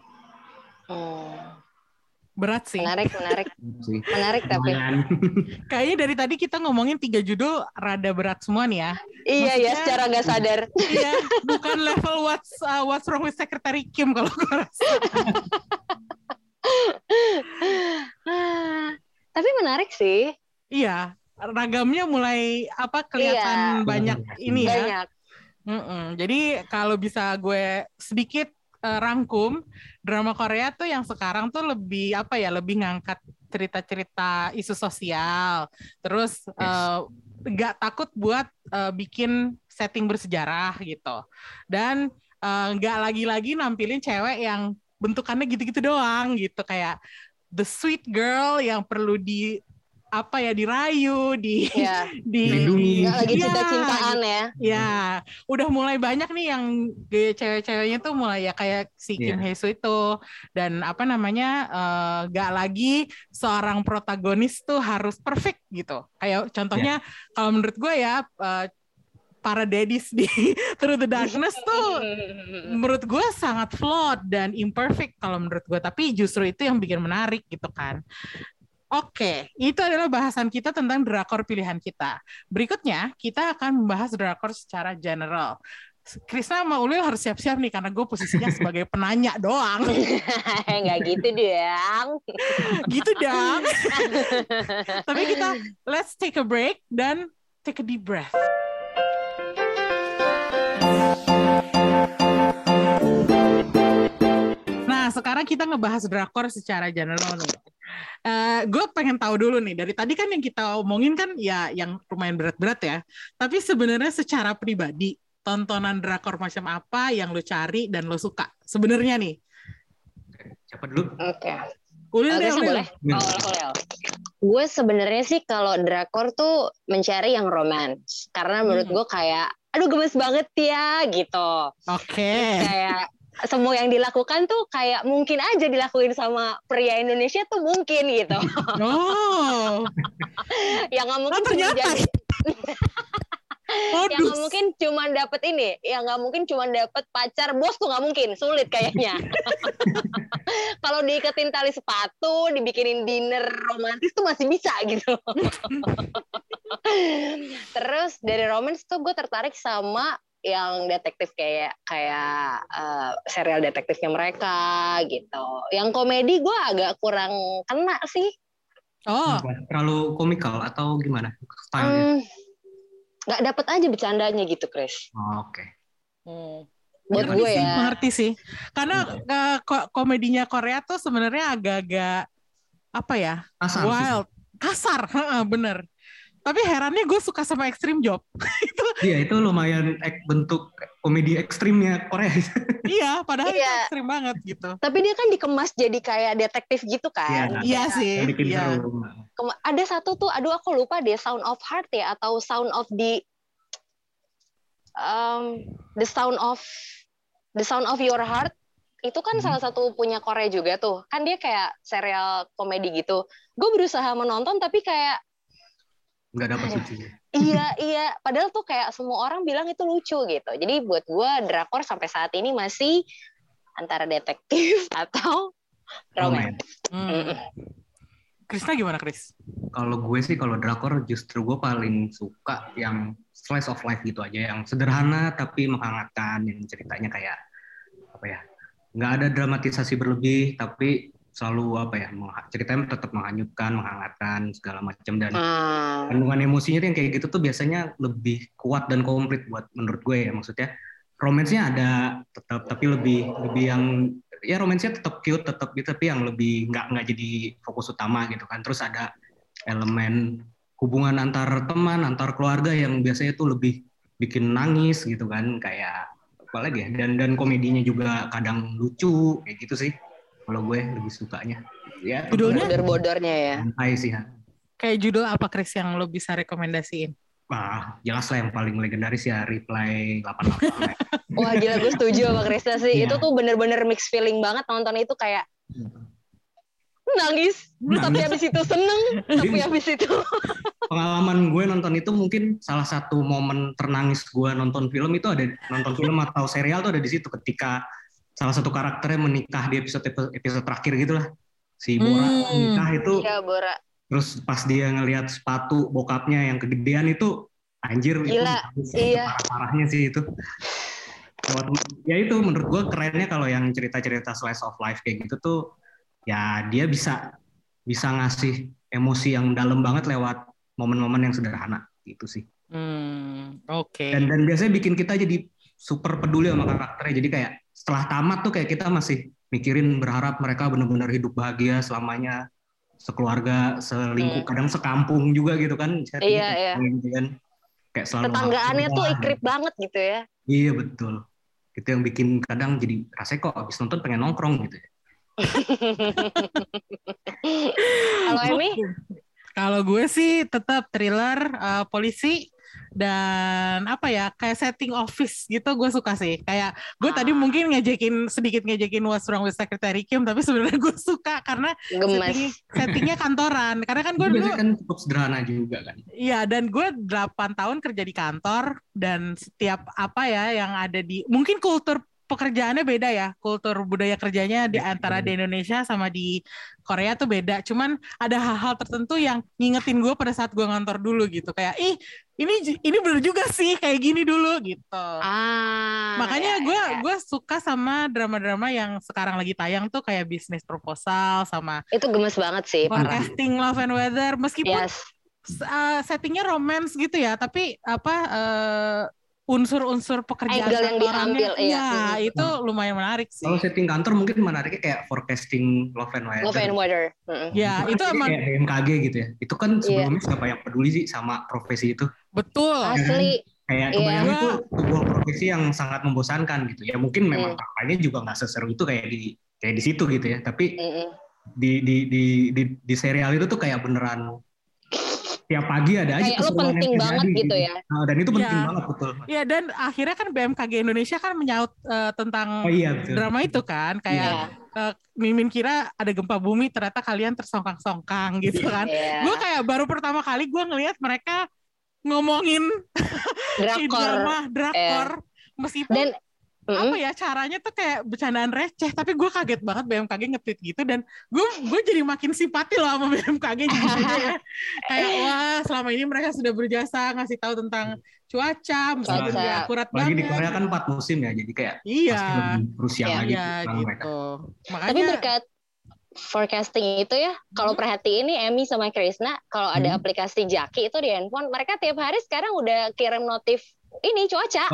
Berat sih. Menarik tapi. Kayaknya dari tadi kita ngomongin 3 judul rada berat semua nih ya. Iya, secara nggak sadar. Iya, bukan level what's wrong with Secretary Kim kalau gue rasa. Tapi menarik sih. Iya, ragamnya mulai kelihatan banyak ini ya. Banyak. Jadi kalau bisa gue sedikit rangkum, drama Korea tuh yang sekarang tuh lebih apa ya, lebih ngangkat cerita-cerita isu sosial, terus nggak takut buat bikin setting bersejarah gitu, dan nggak lagi-lagi nampilin cewek yang bentukannya gitu-gitu doang gitu, kayak the sweet girl yang perlu dirayu, nggak lagi cinta-cintaan ya. Ya, udah mulai banyak nih yang cewek-ceweknya tuh mulai ya kayak si Kim Hae-soo itu, dan nggak lagi seorang protagonis tuh harus perfect gitu. Kayak contohnya kalau menurut gue ya para daddies di Through the Darkness tuh menurut gue sangat flawed dan imperfect kalau menurut gue, tapi justru itu yang bikin menarik gitu kan. Oke, itu adalah bahasan kita tentang drakor pilihan kita. Berikutnya, kita akan membahas drakor secara general. Krisna sama Ulil harus siap-siap nih, karena gue posisinya sebagai penanya doang. Nggak gitu dong. Gitu dong. Tapi let's take a break dan take a deep breath. Nah, sekarang kita ngebahas drakor secara general nih. Gue pengen tahu dulu nih, dari tadi kan yang kita omongin kan ya yang lumayan berat-berat ya, tapi sebenarnya secara pribadi tontonan drakor macam apa yang lo cari dan lo suka sebenarnya nih? Siapa dulu? Oke. Ulil deh, Ulil. Boleh? Ulil. Gue sebenarnya sih kalau drakor tuh mencari yang romance, karena menurut gue kayak aduh gemes banget ya gitu. Oke. Kayak semua yang dilakukan tuh kayak mungkin aja dilakuin sama pria Indonesia tuh mungkin gitu. Oh. Yang nggak mungkin yang nggak mungkin cuma dapet ini, yang nggak mungkin cuma dapet pacar bos tuh nggak mungkin, sulit kayaknya. Kalau diiketin tali sepatu, dibikinin dinner romantis tuh masih bisa gitu. Terus dari romance tuh gue tertarik sama yang detektif kayak serial detektifnya mereka gitu. Yang komedi gue agak kurang kena sih. Oh, terlalu komikal atau gimana stylenya? Nggak dapet aja bercandanya gitu, Chris. Oke. Buat gue ya. Mengerti sih. Karena komedinya Korea tuh sebenarnya agak-agak apa ya? Kasar, wild, kasar, bener. Tapi herannya gue suka sama Extreme Job. Iya, itu lumayan bentuk komedi ekstrimnya Korea. Iya, padahal itu ekstrim banget gitu. Tapi dia kan dikemas jadi kayak detektif gitu kan. Iya sih. Iya. Ada satu tuh, aduh aku lupa deh, Sound of Heart ya, atau Sound of the Sound of Your Heart. Itu kan salah satu punya Korea juga tuh. Kan dia kayak serial komedi gitu. Gue berusaha menonton tapi kayak nggak dapat lucunya. Iya. Padahal tuh kayak semua orang bilang itu lucu gitu. Jadi buat gue drakor sampai saat ini masih antara detektif atau romance. Krisna gimana, Kris? Kalau gue sih, kalau drakor justru gue paling suka yang slice of life gitu aja, yang sederhana tapi menghangatkan, yang ceritanya kayak apa ya? Nggak ada dramatisasi berlebih, tapi selalu ceritanya tetap menghanyutkan, menghangatkan segala macam, dan kandungan emosinya tuh yang kayak gitu tuh biasanya lebih kuat dan komplit buat menurut gue ya. Maksudnya romansnya ada tetap, tapi lebih yang ya romansnya tetap cute, tetap gitu, tapi yang lebih nggak jadi fokus utama gitu kan. Terus ada elemen hubungan antar teman, antar keluarga yang biasanya tuh lebih bikin nangis gitu kan, kayak apalagi ya, dan komedinya juga kadang lucu kayak gitu sih. Kalau gue lebih sukanya. Ya, judulnya bodor-bodornya ya. Santai sih. Kayak judul apa, Chris, yang lo bisa rekomendasiin? Wah, jelas lah yang paling legendaris ya Reply 88. Wah gila, gue setuju sama Krisna sih. Itu tuh bener-bener mix feeling banget nonton itu, kayak nangis. Tapi habis itu seneng. Tapi habis itu. Pengalaman gue nonton itu mungkin salah satu momen ternangis gue nonton film itu nonton film atau serial tuh ada di situ, ketika salah satu karakternya menikah di episode terakhir gitulah. Si Bora menikah itu. Iya, Bora. Terus pas dia ngelihat sepatu bokapnya yang kegedean itu, anjir. Gila, itu parah-parahnya sih itu. Ya itu menurut gue kerennya kalau yang cerita-cerita slice of life kayak gitu tuh, ya dia bisa ngasih emosi yang dalam banget lewat momen-momen yang sederhana gitu sih. Oke. Dan biasanya bikin kita jadi super peduli sama karakternya. Jadi kayak setelah tamat tuh kayak kita masih mikirin, berharap mereka benar-benar hidup bahagia selamanya, sekeluarga, selingkuh, kadang sekampung juga gitu kan. Iya. Gitu kan. Kayak selalu tetanggaannya tuh ikrip banget gitu ya. Iya betul. Itu yang bikin kadang jadi rasanya kok abis nonton pengen nongkrong gitu ya. Kalau Emi? Kalau gue sih tetap thriller, polisi, dan apa ya, kayak setting office gitu gue suka sih. Kayak gue tadi mungkin sedikit ngejekin What's Wrong with Secretary Kim, tapi sebenarnya gue suka karena settingnya kantoran. Karena kan gue dulu kan cukup sederhana juga kan. Iya, dan gue 8 tahun kerja di kantor, dan setiap apa ya yang ada di, mungkin kultur pekerjaannya beda ya, kultur budaya kerjanya di antara di Indonesia sama di Korea tuh beda. Cuman ada hal-hal tertentu yang ngingetin gue pada saat gue ngantor dulu gitu. Kayak ini bener juga sih kayak gini dulu gitu. Makanya gue suka sama drama-drama yang sekarang lagi tayang tuh kayak Business Proposal sama itu gemes banget sih. Forecasting Love and Weather, meskipun settingnya romance gitu ya, tapi unsur-unsur pekerjaan angle yang diambil itu lumayan menarik sih. Kalau setting kantor mungkin menariknya kayak Forecasting Love and Weather. Ya, itu emang kayak BMKG gitu ya. Itu kan sebelumnya siapa yang peduli sih sama profesi itu? Betul. Asli. Kayak kebayang itu sebuah profesi yang sangat membosankan gitu. Ya mungkin memang faktanya juga nggak seseru itu kayak di situ gitu ya. Tapi di serial itu tuh kayak beneran tiap pagi ada aja kayak lo penting banget gitu ya. Nah, dan itu penting banget betul. Iya, dan akhirnya kan BMKG Indonesia kan menyaut tentang drama itu kan, kayak Mimin kira ada gempa bumi, ternyata kalian tersongkang-songkang gitu kan. Gue kayak baru pertama kali gue ngelihat mereka ngomongin drakor, meskipun apa ya caranya tuh kayak bercandaan receh, tapi gue kaget banget BMKG nge-tweet gitu, dan gue jadi makin simpati loh sama BMKG ya. Kayak wah, selama ini mereka sudah berjasa ngasih tahu tentang cuaca meskipun dia akurat banget. Lagi di Korea kan 4 musim ya, jadi kayak pasti lebih Rusia lagi gitu. Makanya tapi berkat forecasting itu ya, kalau perhatiin nih Emi sama Krisna, kalau ada aplikasi Jaki itu di handphone, mereka tiap hari sekarang udah kirim notif ini cuaca.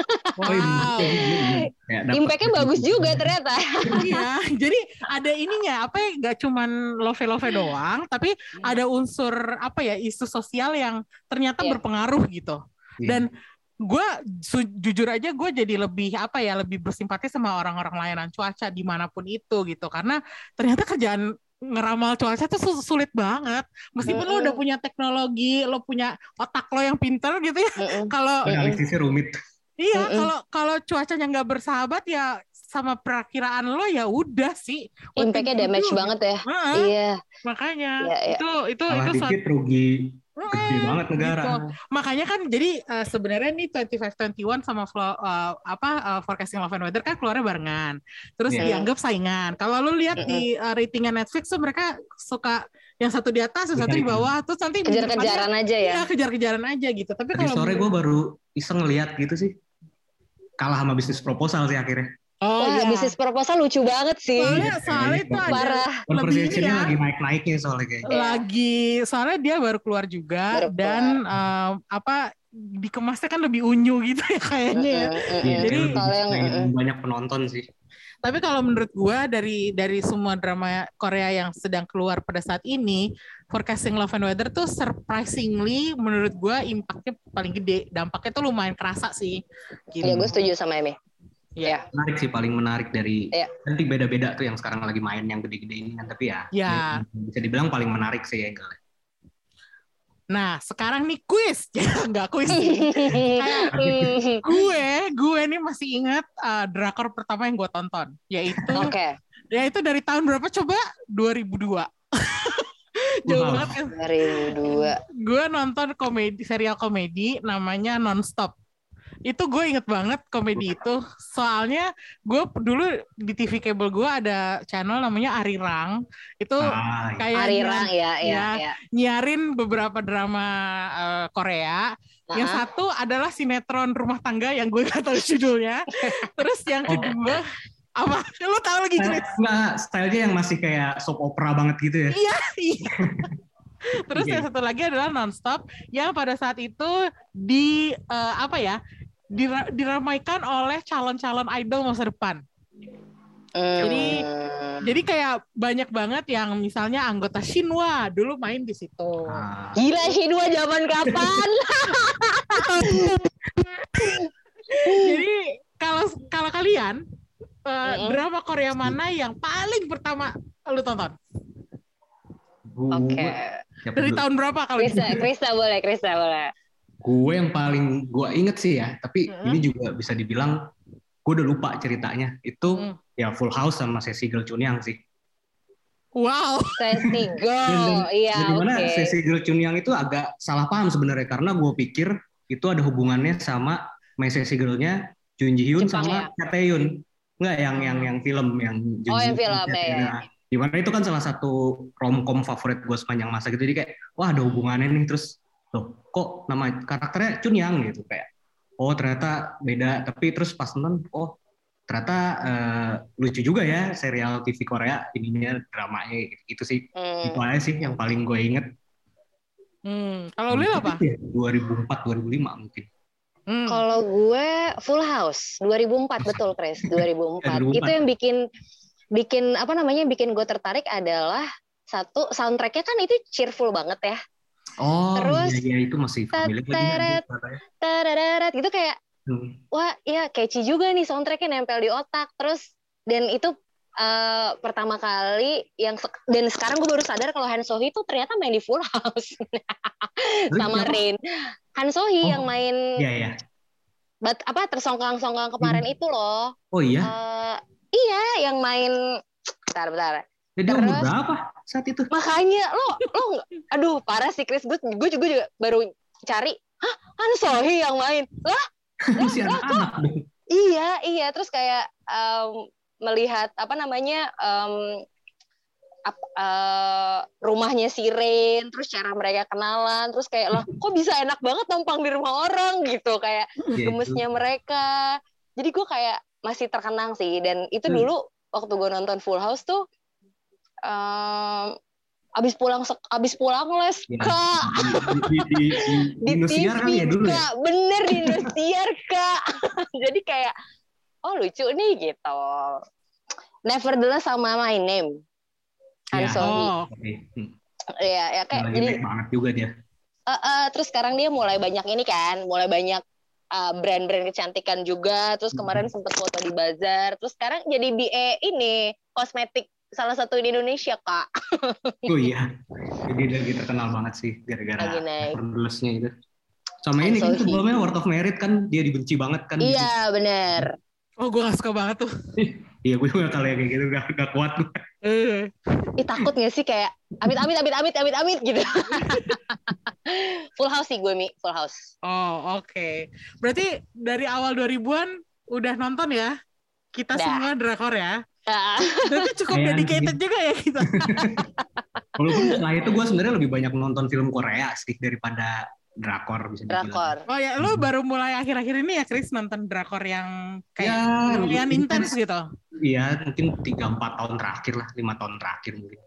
Wow. Impact-nya bagus juga ternyata. Iya, jadi ada ininya, apa ya, nggak cuman love doang, tapi ada unsur apa ya, isu sosial yang ternyata berpengaruh gitu. Dan gue jujur aja gue jadi lebih lebih bersimpati sama orang-orang layanan cuaca dimanapun itu gitu, karena ternyata kerjaan ngeramal cuaca tuh sulit banget, meskipun lo udah punya teknologi, lo punya otak lo yang pinter gitu ya. Kalau analisisnya rumit. Iya, kalau cuacanya nggak bersahabat ya sama perakiraan lo, ya udah sih. Impact-nya damage banget ya. Iya. Makanya itu dikit rugi gede banget negara. Gitu. Makanya kan jadi sebenarnya nih 25-21 sama Forecasting Love and Weather kan keluarnya barengan. Terus dianggap saingan. Kalau lu lihat di ratingnya Netflix tuh mereka suka yang satu di atas, yang satu di bawah, terus nanti kejar-kejaran aja ya. Iya, kejar-kejaran aja gitu. Tapi kalau sore gue baru iseng ngeliat gitu sih. Kalah sama Business Proposal sih akhirnya. Business Proposal lucu banget sih. Soalnya itu parah. Conversation-nya lagi naik-naiknya soalnya kayaknya. Soalnya dia baru keluar juga dan dikemasnya kan lebih unyu gitu ya kayaknya. Jadi banyak penonton sih. Tapi kalau menurut gue dari semua drama Korea yang sedang keluar pada saat ini, Forecasting Love and Weather tuh surprisingly menurut gue impactnya paling gede, dampaknya tuh lumayan kerasa sih. Iya, gue setuju sama Emi. Ya. Menarik sih, paling menarik dari nanti beda-beda tuh yang sekarang lagi main yang gede-gede ini kan, tapi ya bisa dibilang paling menarik sih ya. Nah sekarang nih kuis, nggak kuis sih. gue nih masih ingat drakor pertama yang gue tonton, yaitu dari tahun berapa coba? 2002. Jauh banget kan? 2002. Gue nonton serial komedi namanya Nonstop. Itu gue inget banget komedi itu, soalnya gue dulu di TV kabel gue ada channel namanya Arirang, itu kayak Arirang nyiarin beberapa drama Korea. Yang satu adalah sinetron rumah tangga yang gue gak tahu judulnya. Terus yang kedua apa? Lo tahu lagi Chris? Nggak, stylenya yang masih kayak soap opera banget gitu ya? Iya. Terus yang satu lagi adalah Nonstop yang pada saat itu di diramaikan oleh calon-calon idol masa depan. Jadi kayak banyak banget yang misalnya anggota Shinhwa dulu main di situ. Gila, Shinhwa zaman kapan? Jadi kalau kalian drama Korea mana yang paling pertama lu tonton? Oke. Dari tahun berapa kalau Krista boleh. Gue yang paling gue inget sih ya, tapi ini juga bisa dibilang gue udah lupa ceritanya. Itu ya Full House sama Sesi Girl Chunyang sih. Wow. Sesi Girl, iya oke. Dimana Sesi Girl Chunyang itu agak salah paham sebenarnya, karena gue pikir itu ada hubungannya sama My Sesi Girl-nya Jun Ji Hyun sama Cha Tae-yoon. Enggak, yang film yang Jun Ji Hyun. Yang film ya. Dimana itu kan salah satu romcom favorit gue sepanjang masa gitu. Jadi kayak wah ada hubungannya nih, terus loh kok nama karakternya Chunyang gitu, kayak oh ternyata beda. Tapi terus pas nonton oh ternyata lucu juga ya serial TV Korea ininya, dramanya gitu sih. Itu aja sih yang paling gue inget. Kalau lu apa? 2004 2005 mungkin. Kalau gue Full House 2004 betul Chris 2004. Itu yang bikin apa namanya bikin gue tertarik adalah satu, soundtracknya kan itu cheerful banget ya. Oh, terus iya itu masih familiar gitu kayak wah ya catchy juga nih, soundtracknya nempel di otak. Terus dan itu pertama kali dan sekarang gue baru sadar kalau Han So Hee itu ternyata main di Full House sama Rain. Han So Hee yang main tersongkang-songkang kemarin itu loh. Oh iya? Iya, yang main bentar. Jadi umur berapa saat itu? Makanya lo aduh parah sih Chris, gue juga baru cari, Han So Hee yang main. Masih anak-anak dong. Iya, terus kayak melihat apa namanya rumahnya si Rain, terus cara mereka kenalan, terus kayak loh kok bisa enak banget numpang di rumah orang gitu, kayak gemesnya mereka. Jadi gue kayak masih terkenang sih. Dan itu dulu waktu gue nonton Full House tuh abis pulang les Kak di Indosiar kali ya dulu ya? Bener di Indosiar Kak. Jadi kayak oh lucu nih gitu. Nevertheless sama My Name Han So Hee. Ya kayak jadi banget juga dia. Terus sekarang dia mulai banyak brand-brand kecantikan juga. Terus kemarin sempat foto di bazar. Terus sekarang jadi BA ini kosmetik salah satu di Indonesia Kak. Oh iya, jadi dia terkenal banget sih gara-gara Nevertheless-nya itu. Sama ini kan sebelumnya World of Merit kan dia dibenci banget kan. Iya benar. Oh gue gak suka banget tuh. Iya gue juga kalau kayak gitu gak kuat gue. Takut gak sih kayak amit gitu. Full House sih gue Full House. Oh oke. Berarti dari awal 2000-an udah nonton ya? Kita semua drakor ya? Berarti cukup dedicated juga ya kita. Walaupun setelah itu gue sebenarnya lebih banyak nonton film Korea sih daripada drakor bisa dibilang. Oh ya, lo baru mulai akhir-akhir ini ya Chris nonton drakor yang kayak lumayan intens gitu? Iya, mungkin 3-4 tahun terakhir lah, 5 tahun terakhir mungkin.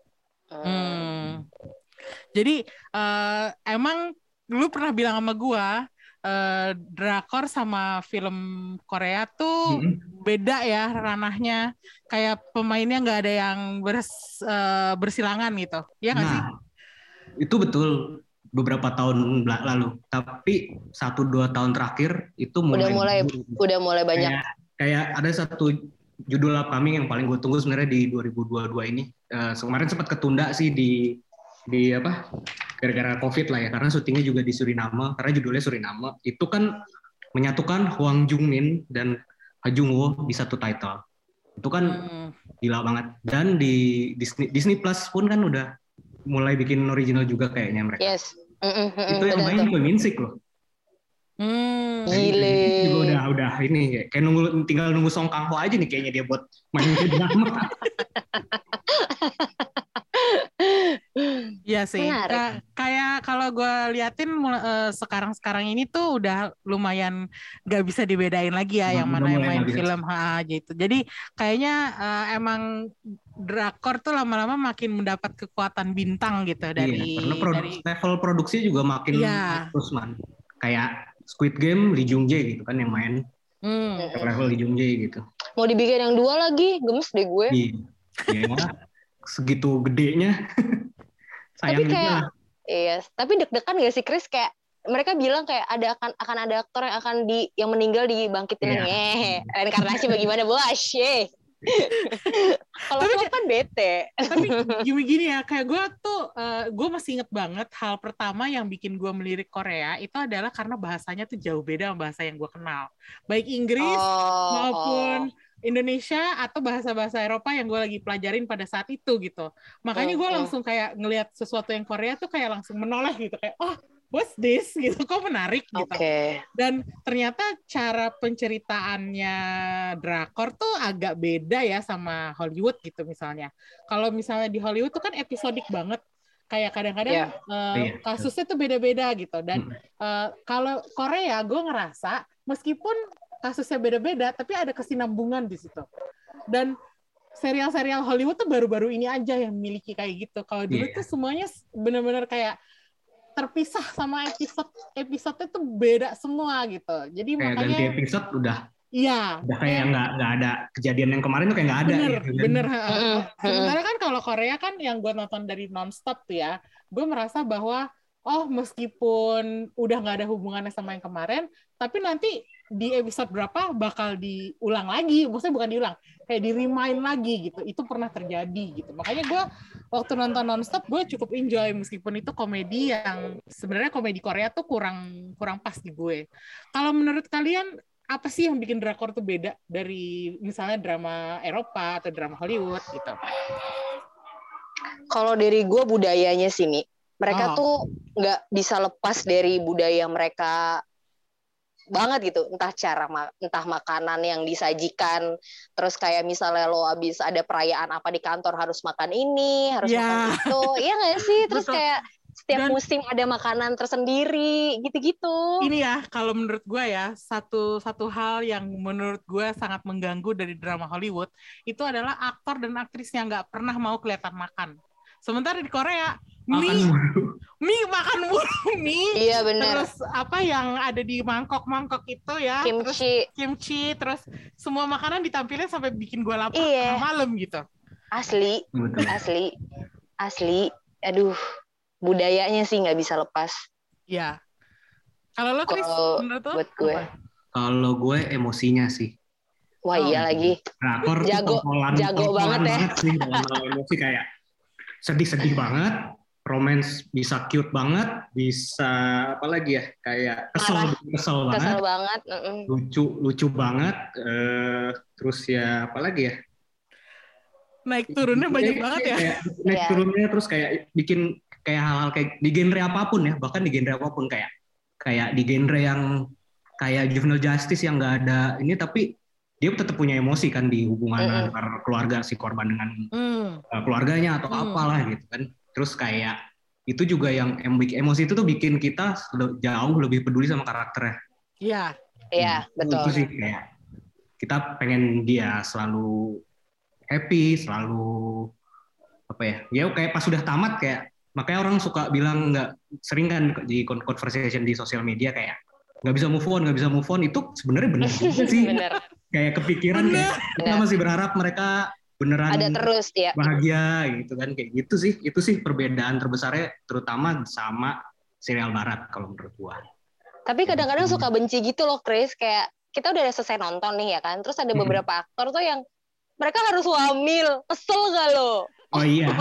Jadi emang lu pernah bilang sama gue drakor sama film Korea tuh beda ya ranahnya, kayak pemainnya nggak ada yang bersilangan gitu, ya nggak sih? Itu betul beberapa tahun lalu, tapi 1-2 tahun terakhir itu udah mulai banyak. Kayak ada satu judul upcoming yang paling gue tunggu sebenarnya di 2022 ini. Kemarin sempat ketunda sih di gara-gara COVID lah ya, karena syutingnya juga di Suriname, karena judulnya Suriname. Itu kan menyatukan Hwang Jung-min dan Ha Jung-woo di satu title. Itu kan gila banget. Dan di Disney Plus pun kan udah mulai bikin original juga kayaknya mereka. Yes. Itu yang main Choi Min-sik loh. Gile. Juga udah ini kayak tinggal nunggu Song Kang-ho aja nih kayaknya dia buat main ke drama. Iya sih. Kayak kalau gue liatin sekarang ini tuh udah lumayan gak bisa dibedain lagi ya yang mana yang main film gitu. Jadi kayaknya emang drakor tuh lama-lama makin mendapat kekuatan bintang gitu dari karena level produksi juga makin terus man. Kayak Squid Game Lee Jung Jae gitu kan yang main. Level Lee Jung Jae gitu. Mau dibikin yang 2 lagi, gemes deh gue. Iya, segitu gedenya. Sayang Tapi kayak, juga lah. iya. Tapi deg-degan gak sih Chris? Kayak mereka bilang kayak akan ada aktor yang akan yang meninggal dibangkitin Iya. reinkarnasi bagaimana bos? Kalau gue kan bete. Tapi gini ya, kayak gue tuh gue masih inget banget hal pertama yang bikin gue melirik Korea itu adalah karena bahasanya tuh jauh beda sama bahasa yang gue kenal, baik Inggris maupun Indonesia atau bahasa-bahasa Eropa yang gue lagi pelajarin pada saat itu gitu. Makanya gue langsung kayak ngelihat sesuatu yang Korea tuh kayak langsung menoleh gitu, kayak what's this gitu, kok menarik gitu. Dan ternyata cara penceritaannya drakor tuh agak beda ya sama Hollywood gitu misalnya. Kalau misalnya di Hollywood tuh kan episodik banget, kayak kadang-kadang kasusnya tuh beda-beda gitu. Dan kalau Korea gue ngerasa meskipun kasusnya beda-beda tapi ada kesinambungan di situ. Dan serial-serial Hollywood tuh baru-baru ini aja yang memiliki kayak gitu. Kalau dulu tuh semuanya benar-benar kayak terpisah sama episode tuh beda semua gitu. Jadi kayak makanya ganti episode udah kayak nggak ada kejadian yang kemarin tuh kayak nggak ada. Bener. Sementara kan kalau Korea kan yang gue nonton dari nonstop tuh ya, gue merasa bahwa meskipun udah nggak ada hubungannya sama yang kemarin, tapi nanti di episode berapa bakal diulang lagi, maksudnya bukan diulang, kayak di-remind lagi gitu. Itu pernah terjadi gitu. Makanya gue waktu nonton nonstop gue cukup enjoy meskipun itu komedi yang sebenarnya komedi Korea tuh kurang pas di gue. Kalau menurut kalian apa sih yang bikin drakor tuh beda dari misalnya drama Eropa atau drama Hollywood gitu? Kalau dari gue budayanya sih, Mi. Mereka tuh nggak bisa lepas dari budaya mereka banget gitu, entah makanan yang disajikan, terus kayak misalnya lo abis ada perayaan apa di kantor harus makan ini, harus makan itu, iya nggak sih? Terus kayak setiap musim ada makanan tersendiri, gitu-gitu. Ini ya, kalau menurut gue ya, satu hal yang menurut gue sangat mengganggu dari drama Hollywood itu adalah aktor dan aktris yang nggak pernah mau kelihatan makan. Sementara di Korea, mie makan mulu mie. Iya benar. Terus apa yang ada di mangkok-mangkok itu ya, kimchi, terus semua makanan ditampilin sampai bikin gue lapar malam gitu. Asli. Aduh, budayanya sih nggak bisa lepas. Iya. Kalau lo Chris, menurut lo? Buat gue. Kalau gue emosinya sih. Wah iya lagi. Drakor jago banget ya. Sih, emosi kayak sedih-sedih banget. Romance bisa cute banget, bisa apa lagi ya, kayak kesel banget, lucu banget, terus ya apa lagi ya, naik turunnya banyak banget ya, naik turunnya terus kayak bikin kayak hal-hal kayak di genre apapun ya, bahkan di genre apapun kayak di genre yang kayak Juvenile Justice yang nggak ada ini tapi dia tetap punya emosi kan di hubungan antar keluarga si korban dengan keluarganya atau apalah gitu kan. Terus kayak itu juga yang emosi itu tuh bikin kita jauh lebih peduli sama karakternya. Iya, betul. Itu sih kayak kita pengen dia selalu happy, selalu apa ya? Ya kayak pas sudah tamat kayak makanya orang suka bilang sering kan di conversation di sosial media kayak nggak bisa move on itu sebenarnya benar juga sih. Kayak kepikiran kayak kita masih berharap mereka beneran ada terus ya bahagia gitu kan, kayak gitu sih. Itu sih perbedaan terbesarnya terutama sama serial barat kalau menurut gua. Tapi kadang-kadang suka benci gitu loh Chris, kayak kita udah selesai nonton nih ya kan, terus ada beberapa aktor tuh yang mereka harus hamil, kesel gak lo? Oh iya.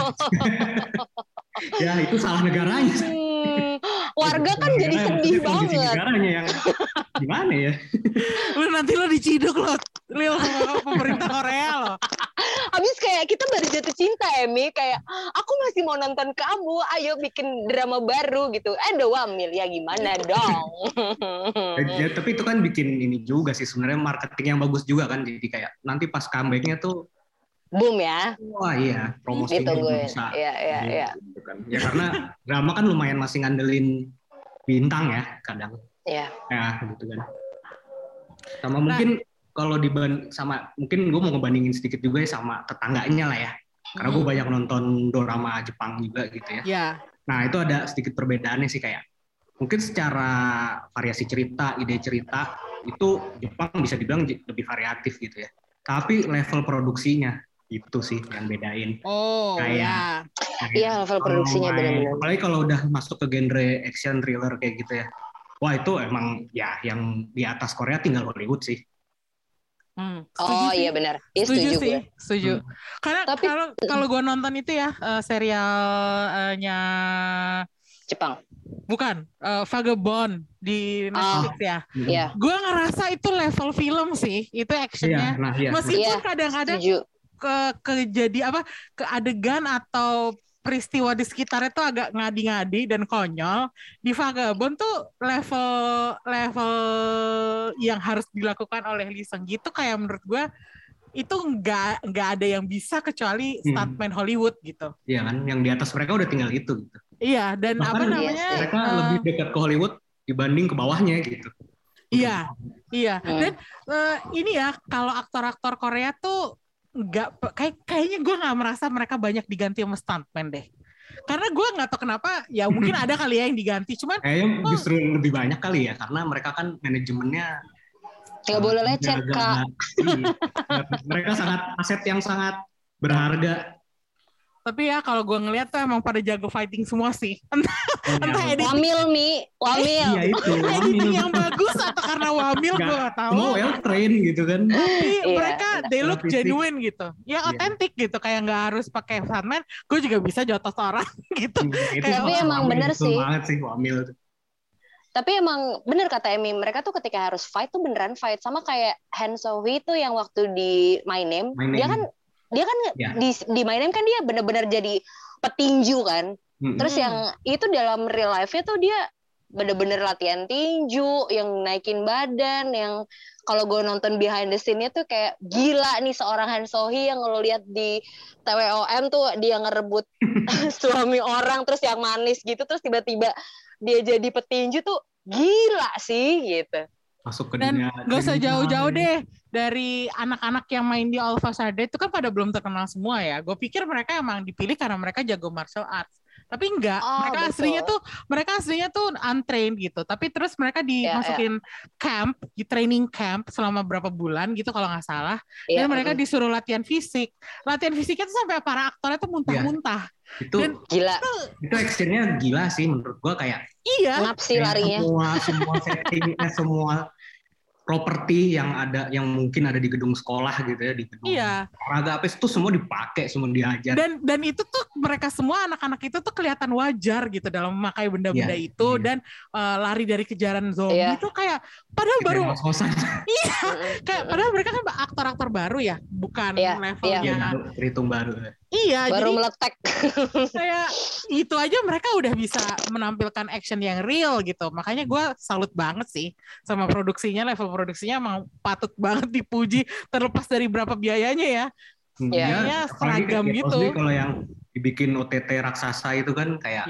Ya itu salah negaranya. Warga kan jadi sedih banget. Negaranya yang gimana ya? Nanti lo diciduk lo, pemerintah Korea lo. Habis kayak kita baru jatuh cinta Emi, kayak aku masih mau nonton kamu, ayo bikin drama baru gitu. Ada wamil ya gimana dong? Ya, tapi itu kan bikin ini juga sih sebenarnya marketing yang bagus juga kan, jadi kayak nanti pas comeback-nya tuh boom ya. Wah iya, promosinya bisa. Iya. Gitu kan. Ya karena drama kan lumayan masih ngandelin bintang ya kadang. Iya. Ya gitu kan. Sama mungkin kalau mungkin gue mau ngebandingin sedikit juga ya sama tetangganya lah ya. Karena gue banyak nonton drama Jepang juga gitu ya. Iya. Nah itu ada sedikit perbedaannya sih kayak mungkin secara variasi cerita, ide cerita itu Jepang bisa dibilang lebih variatif gitu ya. Tapi level produksinya itu sih yang bedain. Oh, ya. Iya, level produksinya benar-benar. Apalagi kalau udah masuk ke genre action thriller kayak gitu ya. Wah, itu emang ya yang di atas Korea tinggal Hollywood sih. Oh iya benar. Ya, setuju sih, gue. setuju. Karena kalau gue nonton itu ya serialnya Jepang. Bukan, Vagabond di Netflix ya. Iya. Gue ngerasa itu level film sih, itu actionnya. Meskipun kadang-kadang ke adegan atau peristiwa di sekitar itu agak ngadi-ngadi dan konyol. Di Vagabond tuh level yang harus dilakukan oleh Lee Seung Gi itu kayak menurut gue itu nggak ada yang bisa kecuali stuntman Hollywood gitu. Iya kan, yang di atas mereka udah tinggal itu gitu. Iya, dan bahkan apa namanya? Mereka lebih dekat ke Hollywood dibanding ke bawahnya gitu. Iya. Dan ini ya, kalau aktor-aktor Korea tuh kayaknya gue nggak merasa mereka banyak diganti sama stuntman deh. Karena gue nggak tahu kenapa, ya mungkin ada kali ya yang diganti, cuman kayaknya justru lebih banyak kali ya, karena mereka kan manajemennya nggak boleh lecet Kak. Mereka aset yang sangat berharga. Tapi ya kalau gue ngeliat tuh emang pada jago fighting semua sih. Entah editing. Wamil. Iya itu. Editing yang bagus atau karena wamil gue gak tahu. Semua well trained gitu kan. Tapi mereka they look genuine gitu. Ya otentik gitu. Kayak gak harus pakai stuntman. Gue juga bisa jotos orang gitu. Tapi emang bener sih. Banget sih wamil itu. Tapi emang bener kata Emi, mereka tuh ketika harus fight tuh beneran fight. Sama kayak Han So-hee tuh yang waktu di My Name. Dia kan di My Name kan dia bener-bener jadi petinju kan. Terus yang itu dalam real life-nya tuh dia bener-bener latihan tinju, yang naikin badan, yang kalau gue nonton behind the scene-nya tuh kayak gila nih seorang Han So-hee yang lo lihat di TWOM tuh dia ngerebut suami orang terus yang manis gitu, terus tiba-tiba dia jadi petinju tuh gila sih gitu. Masuk ke dan dunia. Gak usah jauh-jauh deh dari anak-anak yang main di All of Us Are Dead itu kan pada belum terkenal semua ya. Gue pikir mereka emang dipilih karena mereka jago martial arts. Tapi enggak, mereka aslinya tuh untrained gitu. Tapi terus mereka dimasukin camp, di training camp selama berapa bulan gitu kalau nggak salah. Dan mereka disuruh latihan fisik. Latihan fisiknya tuh sampai para aktornya tuh muntah-muntah. Itu gila. Itu actionnya gila sih menurut gua, kayak ngapsi larinya. Semua settingnya, semua properti yang mungkin ada di gedung sekolah gitu ya, di gedung olahraga apa itu semua dipakai, semua diajar. Dan itu tuh mereka semua anak-anak itu tuh kelihatan wajar gitu dalam memakai benda-benda itu dan lari dari kejaran zombie itu kayak padahal baru kayak padahal mereka kan aktor-aktor baru ya, bukan levelnya terhitung baru. Iya, baru jadi meletek. Kayak itu aja mereka udah bisa menampilkan action yang real gitu. Makanya gue salut banget sih sama produksinya, level produksinya emang patut banget dipuji terlepas dari berapa biayanya ya. Ya seragam gitu. Kalau yang dibikin OTT raksasa itu kan kayak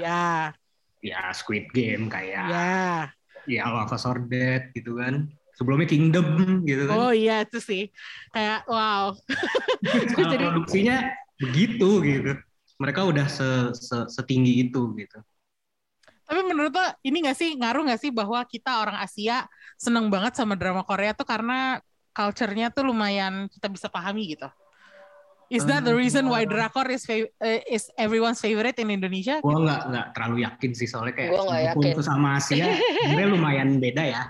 Squid Game, kayak All of Us Are Dead gitu kan. Sebelumnya Kingdom gitu kan. Oh iya itu sih. Kayak wow. Jadi produksinya begitu gitu. Mereka udah setinggi itu gitu. Tapi menurut lo ini ngaruh nggak sih bahwa kita orang Asia seneng banget sama drama Korea tuh karena culture-nya tuh lumayan kita bisa pahami gitu. Is that the reason why drakor is everyone's favorite in Indonesia? Gue nggak terlalu yakin sih, soalnya kayak walaupun sama Asia sebenarnya lumayan beda ya.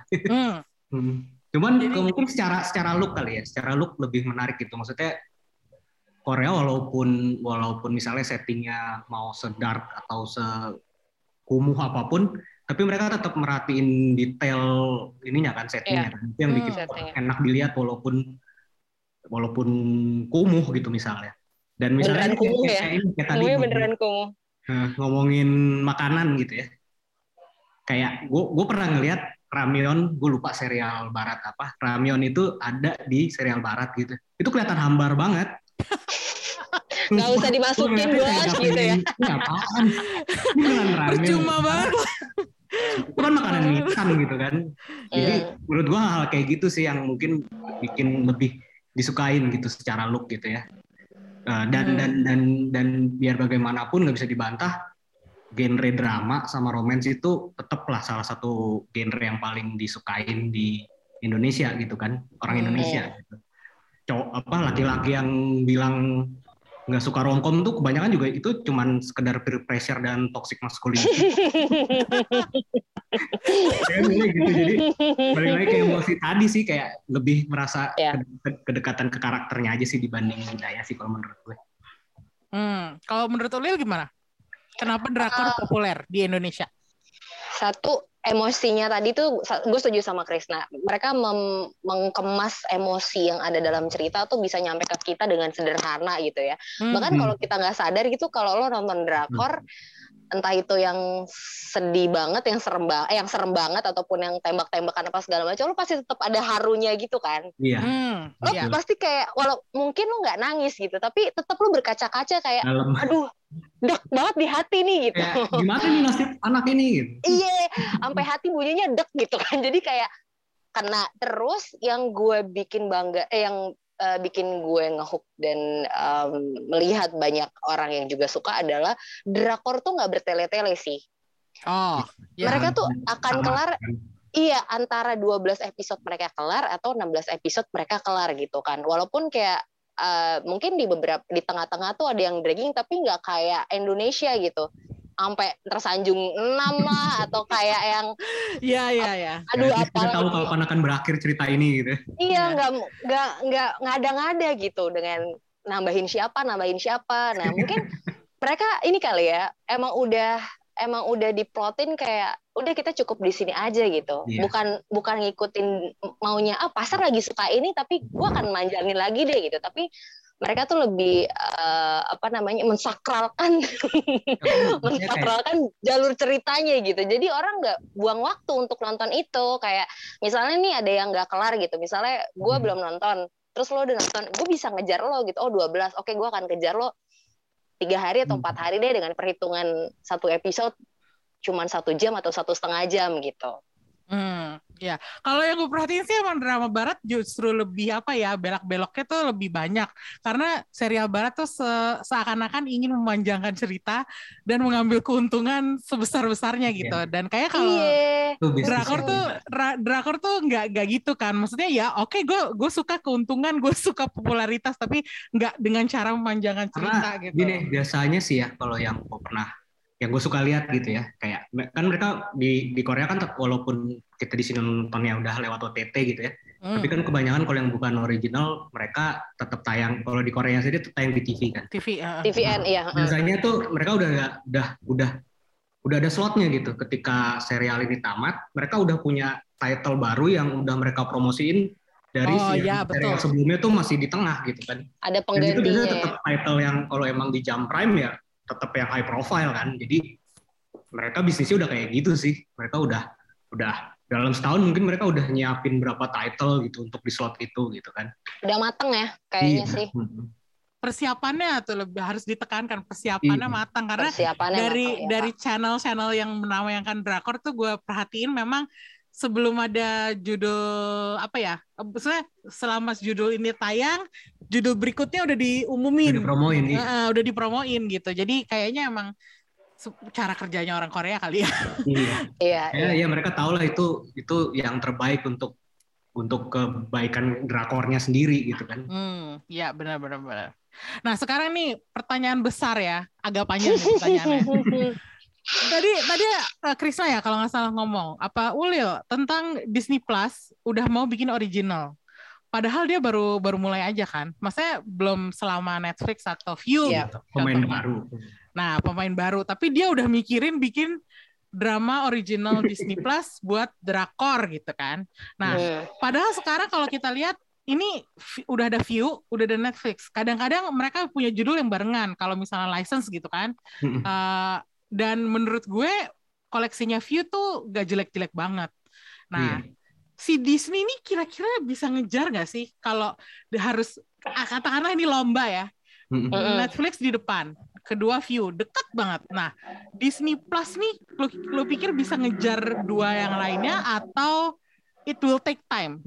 Cuman mungkin secara look kali ya, secara look lebih menarik gitu. Maksudnya Korea walaupun misalnya settingnya mau sedark atau sekumuh apapun, tapi mereka tetap merhatiin detail ininya kan, settingnya kan. Itu yang bikin enak dilihat walaupun kumuh gitu misalnya. Dan misalnya beneran kumuh. Ngomongin makanan gitu ya. Kayak gue pernah ngeliat ramyeon, gue lupa serial barat apa. Ramyeon itu ada di serial barat gitu. Itu kelihatan hambar banget. Nggak usah dimasukin bos gitu ya. Ini apaan? Percuma banget. Itu kan makanan instan gitu kan. Jadi menurut gue hal kayak gitu sih yang mungkin bikin lebih disukain gitu secara look gitu ya. Dan biar bagaimanapun nggak bisa dibantah, genre drama sama romance itu tetaplah salah satu genre yang paling disukain di Indonesia gitu kan, orang Indonesia gitu. Laki-laki yang bilang nggak suka romcom tuh kebanyakan juga itu cuman sekedar peer pressure dan toxic masculinity. Gitu. Jadi balik lagi ke emosi tadi sih, kayak lebih merasa kedekatan ke karakternya aja sih dibanding budaya sih kalau menurut gue. Kalau menurut Ulil gimana? Kenapa drakor populer di Indonesia? Satu, emosinya tadi tuh gue setuju sama Krisna. Mereka mengemas emosi yang ada dalam cerita tuh bisa nyampe ke kita dengan sederhana gitu ya. Bahkan kalau kita nggak sadar gitu, kalau lo nonton drakor, entah itu yang sedih banget, yang serem banget, ataupun yang tembak-tembakan apa segala macam, lo pasti tetap ada harunya gitu kan. Iya. Lo pasti kayak, walau mungkin lo nggak nangis gitu, tapi tetap lo berkaca-kaca kayak, aduh, dek banget di hati nih gitu. Gimana nih nasib anak ini gitu. Iya, sampai hati bunyinya dek gitu kan. Jadi kayak kena. Terus yang gue bikin bangga, bikin gue ngehook dan melihat banyak orang yang juga suka adalah drakor tuh nggak bertele-tele sih. Mereka tuh akan kelar. Iya, antara 12 episode mereka kelar atau 16 episode mereka kelar gitu kan. Walaupun kayak mungkin di tengah-tengah tuh ada yang dragging, tapi nggak kayak Indonesia gitu sampai tersanjung 6 lah, atau kayak yang aduh kita tahu kapan akan berakhir cerita ini gitu. Iya, nggak ngada-ngada gitu dengan nambahin siapa. Nah mungkin mereka ini kali ya emang udah diplotin kayak udah kita cukup di sini aja gitu. Bukan ngikutin maunya pasar lagi suka ini tapi gua akan manjangin lagi deh gitu. Tapi mereka tuh lebih mensakralkan jalur ceritanya gitu. Jadi orang nggak buang waktu untuk nonton itu. Kayak misalnya nih ada yang nggak kelar gitu. Misalnya gue belum nonton, terus lo udah nonton, gue bisa ngejar lo gitu. 12, oke gue akan kejar lo 3 hari atau 4 hari deh dengan perhitungan satu episode cuman 1 jam atau 1,5 jam gitu. Ya, kalau yang gue perhatiin sih emang drama barat justru lebih belok-beloknya tuh lebih banyak, karena serial barat tuh seakan-akan ingin memanjangkan cerita dan mengambil keuntungan sebesar-besarnya gitu. Dan kayak kalau drakor tuh nggak gitu kan, maksudnya gue suka keuntungan, gue suka popularitas, tapi nggak dengan cara memanjangkan cerita. Karena gitu. Gini biasanya sih ya, kalau yang gue suka lihat gitu ya, kayak kan mereka di Korea kan walaupun kita di sini nontonnya udah lewat OTT gitu ya, tapi kan kebanyakan kalau yang bukan original mereka tetap tayang, kalau di Korea sendiri tetap tayang di TV kan. TVN iya. Biasanya tuh mereka udah ada slotnya gitu. Ketika serial ini tamat, mereka udah punya title baru yang udah mereka promosiin dari serial sebelumnya tuh masih di tengah gitu kan. Ada penggantinya. Dan itu biasanya tetap title yang kalau emang di Jump Prime ya tetap yang high profile kan. Jadi mereka bisnisnya udah kayak gitu sih. Mereka udah dalam setahun mungkin mereka udah nyiapin berapa title gitu untuk di slot itu gitu kan. Udah mateng ya kayaknya sih. Persiapannya tuh lebih harus ditekankan, persiapannya matang, karena dari channel-channel yang menayangkan drakor tuh gue perhatiin memang sebelum ada judul maksudnya selama judul ini tayang, judul berikutnya udah diumumin, udah dipromoin gitu. Jadi kayaknya emang cara kerjanya orang Korea kali ya. Iya, mereka tahu lah itu yang terbaik untuk kebaikan drakornya sendiri gitu kan. Iya benar. Nah sekarang nih pertanyaan besar ya, agak panjang nih pertanyaannya. Tadi Krisna ya kalau nggak salah ngomong, apa Ulil tentang Disney Plus udah mau bikin original. Padahal dia baru mulai aja kan. Maksudnya belum selama Netflix atau View gitu. Pemain baru. Nah, pemain baru, tapi dia udah mikirin bikin drama original Disney Plus buat drakor gitu kan. Nah, padahal sekarang kalau kita lihat ini udah ada View, udah ada Netflix. Kadang-kadang mereka punya judul yang barengan kalau misalnya license gitu kan. Dan menurut gue koleksinya View tuh gak jelek-jelek banget. Nah, si Disney ini kira-kira bisa ngejar gak sih kalau harus katakanlah ini lomba ya. Netflix di depan, kedua View, dekat banget. Nah, Disney Plus nih lo pikir bisa ngejar dua yang lainnya atau it will take time?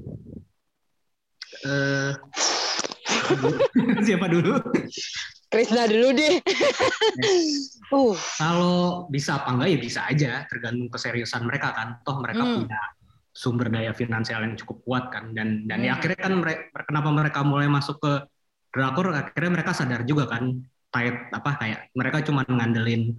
Siapa dulu? Krisna dulu deh. Kalau bisa apa enggak ya bisa aja, tergantung keseriusan mereka kan. Toh mereka punya sumber daya finansial yang cukup kuat kan. Dan ya akhirnya kan kenapa mereka mulai masuk ke drakor, akhirnya mereka sadar juga kan, kayak mereka cuma ngandelin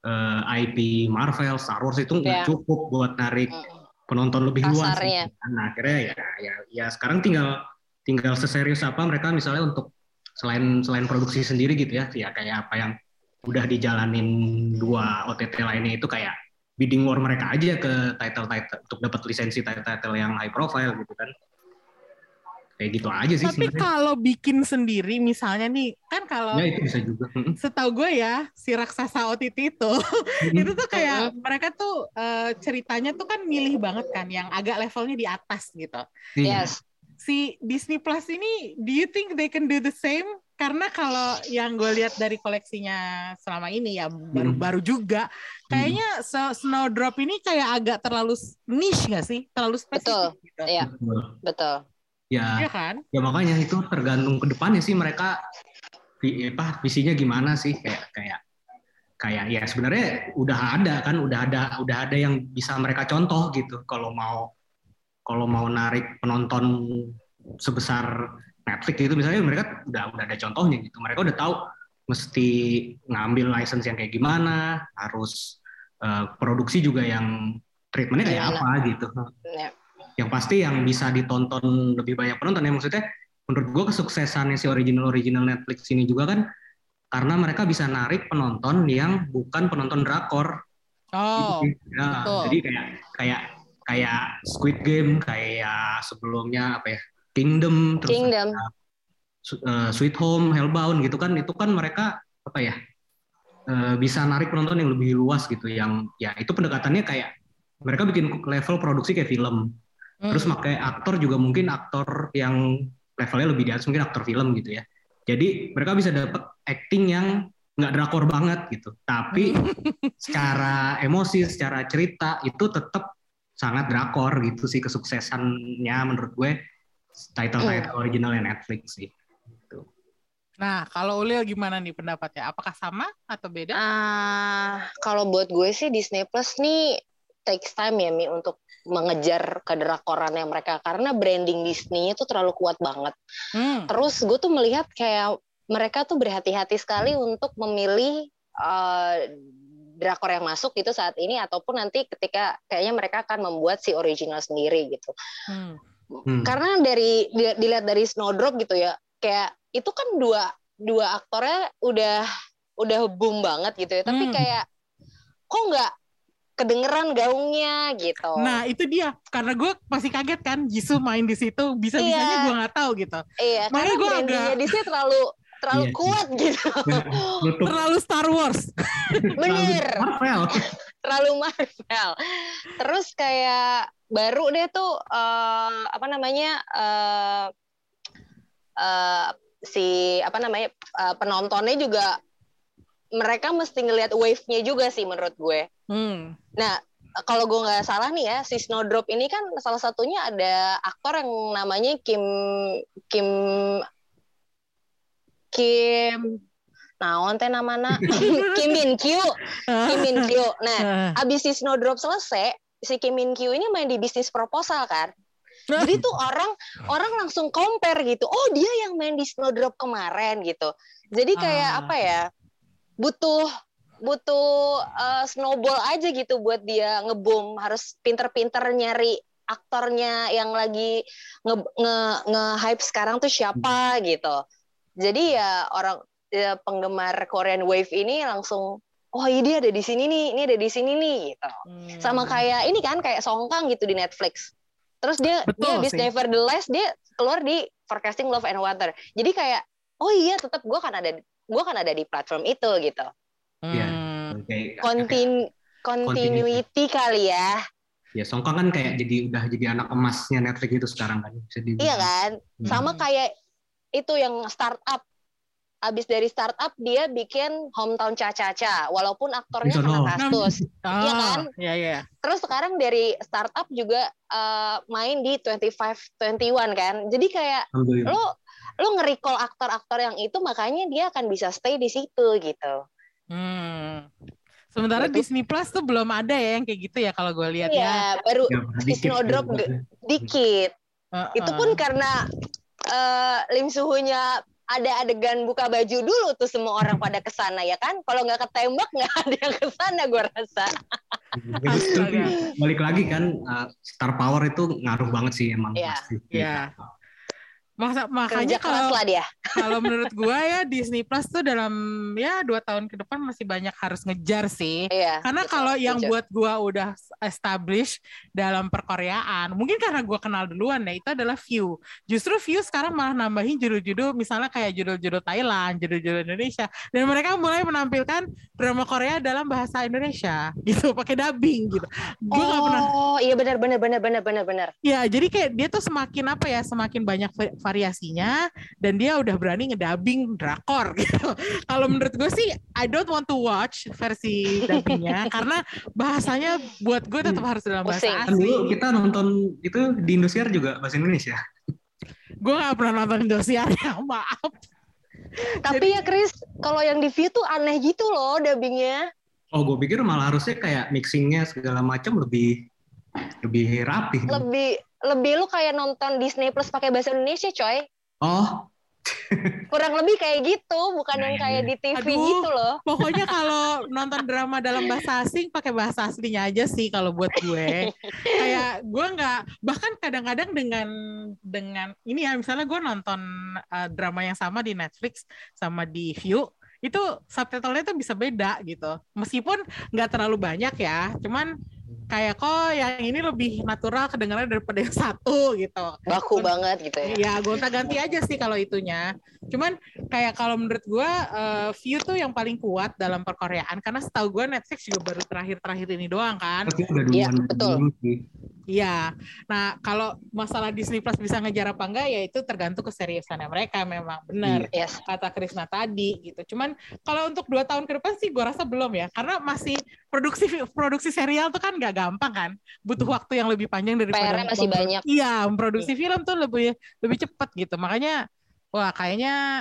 IP Marvel, Star Wars itu nggak cukup buat narik penonton lebih luas. Nah akhirnya ya sekarang tinggal seserius apa mereka misalnya untuk selain produksi sendiri gitu ya kayak apa yang udah dijalanin 2 OTT lainnya itu kayak bidding war mereka aja ke title untuk dapat lisensi title yang high profile gitu kan. Kayak gitu aja sih. Tapi kalau bikin sendiri misalnya nih, kan kalau ya itu bisa juga. Setahu gue ya, si raksasa OTT itu itu tuh kayak mereka tuh ceritanya tuh kan milih banget kan yang agak levelnya di atas gitu. Yes. Si Disney Plus ini, do you think they can do the same? Karena kalau yang gue lihat dari koleksinya selama ini ya baru-baru juga, kayaknya Snowdrop ini kayak agak terlalu niche nggak sih? Terlalu spesifik. Betul, gitu. Iya, betul. Ya, iya kan? Ya makanya itu tergantung ke depannya sih mereka visinya gimana sih kayak ya sebenarnya udah ada yang bisa mereka contoh gitu kalau mau narik penonton sebesar Netflix itu misalnya mereka udah ada contohnya gitu. Mereka udah tahu mesti ngambil license yang kayak gimana, harus produksi juga yang treatmentnya kayak apa gitu. Ya. Yang pasti yang bisa ditonton lebih banyak penonton ya, maksudnya menurut gue kesuksesannya si original Netflix ini juga kan karena mereka bisa narik penonton yang bukan penonton drakor. Jadi kayak Squid Game, kayak sebelumnya apa ya, Kingdom, terus Sweet Home, Hellbound gitu kan, itu kan mereka apa ya bisa narik penonton yang lebih luas gitu, yang ya itu pendekatannya kayak mereka bikin level produksi kayak film, terus pakai aktor juga mungkin aktor yang levelnya lebih di atas mungkin aktor film gitu ya, jadi mereka bisa dapat acting yang nggak drakor banget gitu, tapi secara emosi, secara cerita itu tetap sangat drakor gitu sih kesuksesannya menurut gue title originalnya Netflix sih. Gitu. Nah, kalau Ulil gimana nih pendapatnya? Apakah sama atau beda? Kalau buat gue sih Disney Plus nih takes time ya Mi untuk mengejar kedrakorannya mereka karena branding Disney itu terlalu kuat banget. Terus gue tuh melihat kayak mereka tuh berhati-hati sekali untuk memilih drakor yang masuk gitu saat ini ataupun nanti ketika kayaknya mereka akan membuat si original sendiri gitu. Karena dilihat dari Snowdrop gitu ya, kayak itu kan dua aktornya udah boom banget gitu ya, tapi kayak kok nggak kedengeran gaungnya gitu. Nah itu dia, karena gue masih kaget kan Jisoo main di situ, bisa-bisanya gue nggak tahu gitu. Iya, karena gue brandingnya di sini terlalu kuat gitu. Terlalu Star Wars. Bener. Terlalu Marvel. Terus kayak baru deh tuh penontonnya juga mereka mesti ngelihat wave-nya juga sih menurut gue. Nah, kalau gue nggak salah nih ya, si Snowdrop ini kan salah satunya ada aktor yang namanya Kim naon teh namana Kim Min Kyu. Nah, abis si Snowdrop selesai, si Kim Min Kyu ini main di bisnis proposal kan. Jadi tuh orang langsung compare gitu. Oh, dia yang main di Snowdrop kemarin gitu. Jadi kayak apa ya? Butuh snowball aja gitu buat dia nge-boom. Harus pinter-pinter nyari aktornya yang lagi nge-hype sekarang tuh siapa gitu. Jadi ya penggemar Korean Wave ini langsung, oh ini ada di sini nih, ini ada di sini nih gitu. Sama kayak ini kan kayak Song Kang gitu di Netflix. Terus dia habis Nevertheless dia keluar di Forecasting Love and Water. Jadi kayak oh iya tetap gue kan ada di platform itu gitu. Continuity kali ya. Ya Song Kang kan kayak udah jadi anak emasnya Netflix itu sekarang kan. Iya kan? Sama kayak itu yang startup. Abis dari startup dia bikin Hometown Cha-Cha-Cha walaupun aktornya kena kasus. Iya kan? Iya. Terus sekarang dari startup juga main di 25-21 kan. Jadi kayak lo nge-recall aktor-aktor yang itu makanya dia akan bisa stay di situ gitu. Sementara Itu Disney Plus tuh belum ada ya yang kayak gitu ya kalau gue lihat ya. iya, baru Ya, dikit Snowdrop sih. dikit. Itu pun Heeh. karena Lim Suhunya ada adegan buka baju dulu tuh semua orang pada kesana ya kan. Kalau nggak ketembak nggak ada yang kesana gue rasa. Itu Astaga. balik lagi kan, star power itu ngaruh banget sih emang Iya. pasti. Iya. Kerja Makanya keras lah dia. kalau menurut gua ya Disney Plus tuh dalam ya 2 tahun ke depan masih banyak harus ngejar sih. Iya. Karena betul, kalau yang setuju. buat gua udah establish dalam perkoreaan, mungkin karena gua kenal duluan ya, itu adalah View. Justru View sekarang malah nambahin judul-judul misalnya kayak judul-judul Thailand, judul-judul Indonesia, dan mereka mulai menampilkan drama Korea dalam bahasa Indonesia gitu, pakai dubbing gitu. Gua nggak pernah. Oh iya benar. Ya, jadi kayak dia tuh semakin apa ya, semakin banyak variasinya dan dia udah berani ngedubbing drakor gitu. Kalau menurut gue sih, I don't want to watch versi dubbingnya karena bahasanya buat gue tetap harus dalam bahasa Pusing. Kan dulu asing. kita nonton itu di Indosiar juga bahasa Indonesia. Gue nggak pernah nonton Indosiar ya, maaf. Tapi ya Chris, kalau yang di View tuh aneh gitu loh dubbingnya. Oh, gue pikir malah harusnya kayak mixingnya segala macam lebih rapi. Lebih lu kayak nonton Disney Plus pakai bahasa Indonesia coy. Oh, Kurang lebih kayak gitu, bukan Ya, yang ya, kayak ya. di TV Aduh. gitu loh. Pokoknya kalau nonton drama dalam bahasa asing pakai bahasa aslinya aja sih kalau buat gue. Kayak gue nggak, bahkan kadang-kadang dengan ini ya, misalnya gue nonton drama yang sama di Netflix sama di View, itu subtitlenya tuh bisa beda gitu. Meskipun nggak terlalu banyak ya, cuman kayak kok yang ini lebih natural kedengarannya daripada yang satu gitu. Baku banget gitu ya. Ya gonta-ganti aja sih kalau itunya. Cuman kayak kalau menurut gue View tuh yang paling kuat dalam perkoreaan karena setahu gue Netflix juga baru terakhir ini doang kan. tapi udah Iya, duluan betul. dulu sih. Iya. Nah kalau masalah Disney Plus bisa ngejar apa enggak ya itu tergantung keseriusannya mereka, memang benar Yes. kata Krisna tadi gitu. Cuman kalau untuk 2 tahun ke depan sih gue rasa belum ya, karena masih produksi serial tuh kan nggak gampang kan, butuh waktu yang lebih panjang daripada PR-nya masih banyak. Iya, memproduksi film tuh lebih cepat gitu. Makanya wah kayaknya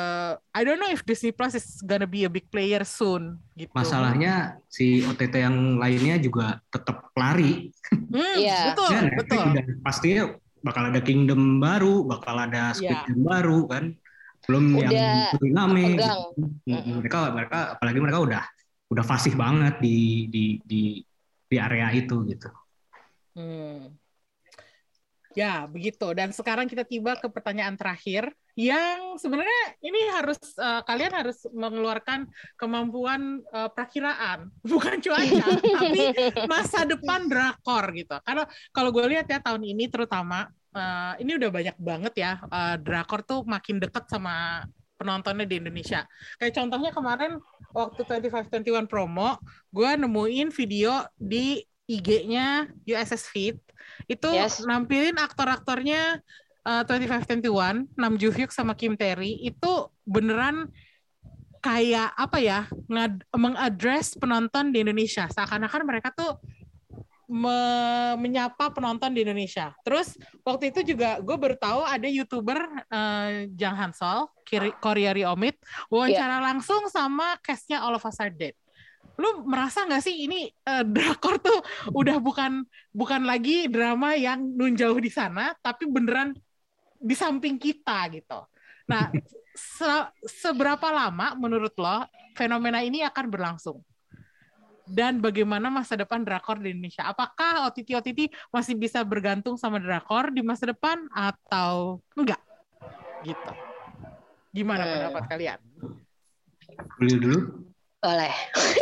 I don't know if Disney Plus is gonna be a big player soon gitu. Masalahnya si OTT yang lainnya juga tetap lari. Iya. Betul, Ya, Netflix betul. udah pastinya bakal ada Kingdom baru, bakal ada Squid Iya. Game baru kan. Belum Udah yang Tsunami. pegang. Gitu. Mereka apalagi mereka udah fasih banget di area itu gitu. Ya, begitu. Dan sekarang kita tiba ke pertanyaan terakhir yang sebenarnya ini harus kalian harus mengeluarkan kemampuan perakiraan, bukan cuaca, tapi masa depan drakor gitu. Karena kalau gue lihat ya tahun ini terutama ini udah banyak banget ya drakor tuh makin dekat sama penontonnya di Indonesia. Kayak contohnya kemarin waktu 2521 promo, gue nemuin video di IG-nya USS Fit itu Yes. nampilin aktor-aktornya 2521, Nam Joo Hyuk sama Kim Tae-ri itu beneran kayak apa ya, mengadres penonton di Indonesia, seakan-akan mereka tuh menyapa penonton di Indonesia. Terus waktu itu juga gue baru tahu ada YouTuber Jang Hansol, Koryari Omid, wawancara langsung sama cast-nya All of Us Are Dead. Lu merasa nggak sih ini drakor tuh udah bukan lagi drama yang nun jauh di sana, tapi beneran di samping kita gitu. Nah, seberapa lama menurut lo fenomena ini akan berlangsung? Dan bagaimana masa depan drakor di Indonesia? Apakah OTT masih bisa bergantung sama drakor di masa depan atau enggak? Gitu. Gimana pendapat kalian? Dulu. Boleh.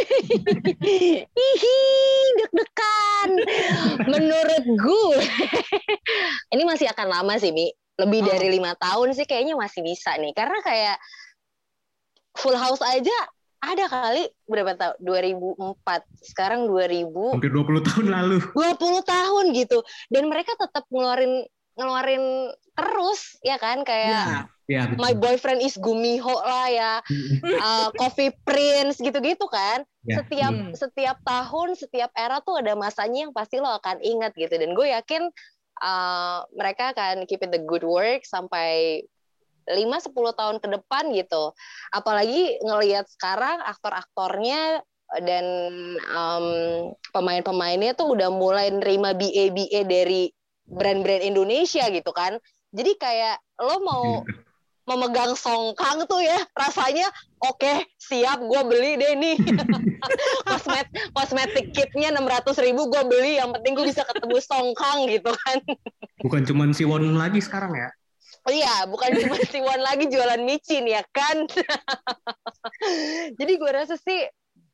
Deg-degan. Menurut gue, ini masih akan lama sih, Mi. Lebih dari 5 tahun sih kayaknya masih bisa nih. Karena kayak Full House aja ada kali berapa tahun? 2004. Sekarang 2000. Hampir 20 tahun lalu. 20 tahun gitu. Dan mereka tetap ngeluarin terus, ya kan? Kayak Ya, betul. My Boyfriend is Gumiho lah ya. Coffee Prince gitu-gitu kan. Ya, Setiap tahun, setiap era tuh ada masanya yang pasti lo akan ingat gitu. Dan gue yakin mereka akan keep it the good work sampai 5-10 tahun ke depan gitu. Apalagi ngelihat sekarang aktor-aktornya dan pemain-pemainnya tuh udah mulai nerima BA dari brand-brand Indonesia gitu kan. Jadi kayak lo mau memegang Songkang tuh ya rasanya oke, siap, gue beli deh nih. Kosmetik kitnya 600.000 gue beli, yang penting gue bisa ketemu Songkang gitu kan. Bukan cuma Siwon lagi sekarang ya. Oh iya, bukan cuma Siwon lagi jualan micin ya kan. Jadi gue rasa sih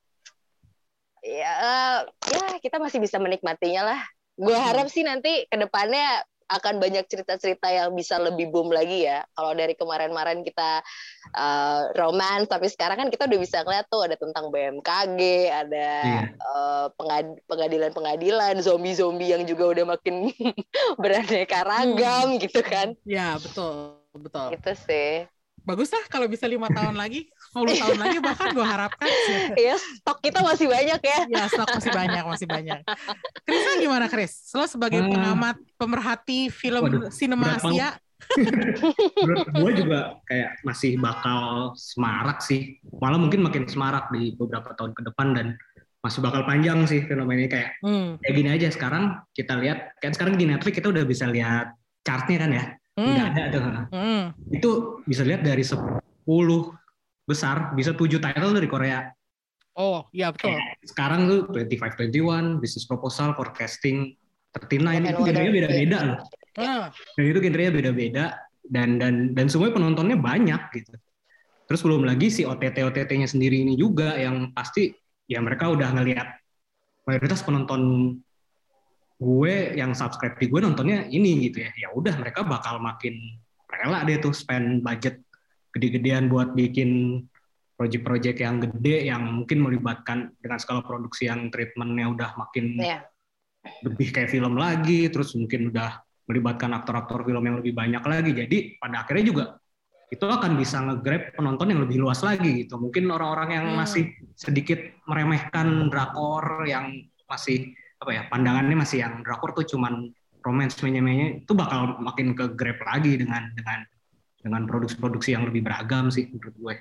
ya kita masih bisa menikmatinya lah. Gue harap sih nanti ke depannya akan banyak cerita-cerita yang bisa lebih boom lagi ya. Kalau dari kemarin-kemarin kita romance, tapi sekarang kan kita udah bisa ngeliat tuh ada tentang BMKG, ada pengadilan-pengadilan, zombie-zombie yang juga udah makin beraneka ragam gitu kan. Ya, betul. Gitu sih. Bagus lah kalau bisa 5 tahun lagi, 10 tahun lagi bahkan gue harapkan. Iya, stok kita masih banyak ya. Iya, stok masih banyak. Chris gimana Chris? Lo sebagai pengamat, pemerhati film sinema Asia. Menurut gue juga kayak masih bakal semarak sih. Malah mungkin makin semarak di beberapa tahun ke depan dan masih bakal panjang sih fenomena ini kayak gini aja. Sekarang kita lihat, kan sekarang di Netflix kita udah bisa lihat chartnya kan ya. Udah ada tuh. Itu bisa lihat dari 10 besar, bisa 7 title dari Korea. Oh, iya betul. Sekarang tuh 25-21, Business Proposal, Forecasting, 39, itu genrenya beda-beda loh. Dan itu genrenya beda-beda dan semuanya penontonnya banyak gitu. Terus belum lagi si OTT-OTT-nya sendiri ini juga yang pasti ya mereka udah ngelihat mayoritas penonton gue yang subscribe di gue nontonnya ini gitu ya. Ya udah mereka bakal makin rela deh tuh spend budget gede-gedean buat bikin project-project yang gede yang mungkin melibatkan dengan skala produksi yang treatmentnya udah makin lebih kayak film lagi, terus mungkin udah melibatkan aktor-aktor film yang lebih banyak lagi. Jadi pada akhirnya juga itu akan bisa nge-grab penonton yang lebih luas lagi gitu. Mungkin orang-orang yang masih sedikit meremehkan drakor, yang masih pandangannya masih yang drakor tuh cuman romance menye-menye, itu bakal makin ke-grab lagi dengan produksi-produksi yang lebih beragam sih menurut gue.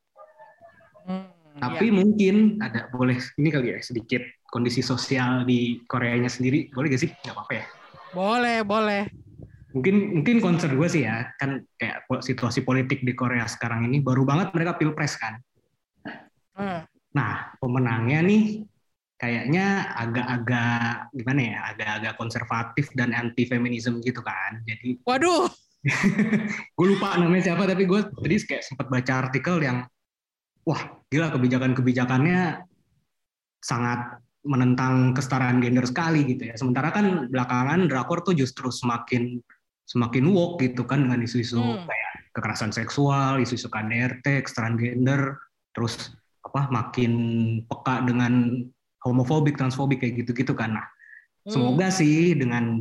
Tapi mungkin ada boleh ini kali ya sedikit kondisi sosial di Koreanya sendiri, boleh gak sih? Nggak apa-apa ya? Boleh. Mungkin concern gue sih ya, kan kayak situasi politik di Korea sekarang ini baru banget mereka pilpres kan. Nah, pemenangnya nih kayaknya agak-agak gimana ya, agak-agak konservatif dan anti feminisme gitu kan. Jadi waduh. Gue lupa namanya siapa, tapi gue tadi kayak sempat baca artikel yang wah gila kebijakannya sangat menentang kesetaraan gender sekali gitu ya. Sementara kan belakangan drakor tuh justru semakin woke gitu kan dengan isu-isu kayak kekerasan seksual, isu-isu KDRT, kesetaraan gender, terus makin peka dengan homofobik, transfobik kayak gitu-gitu kan. Nah, semoga sih dengan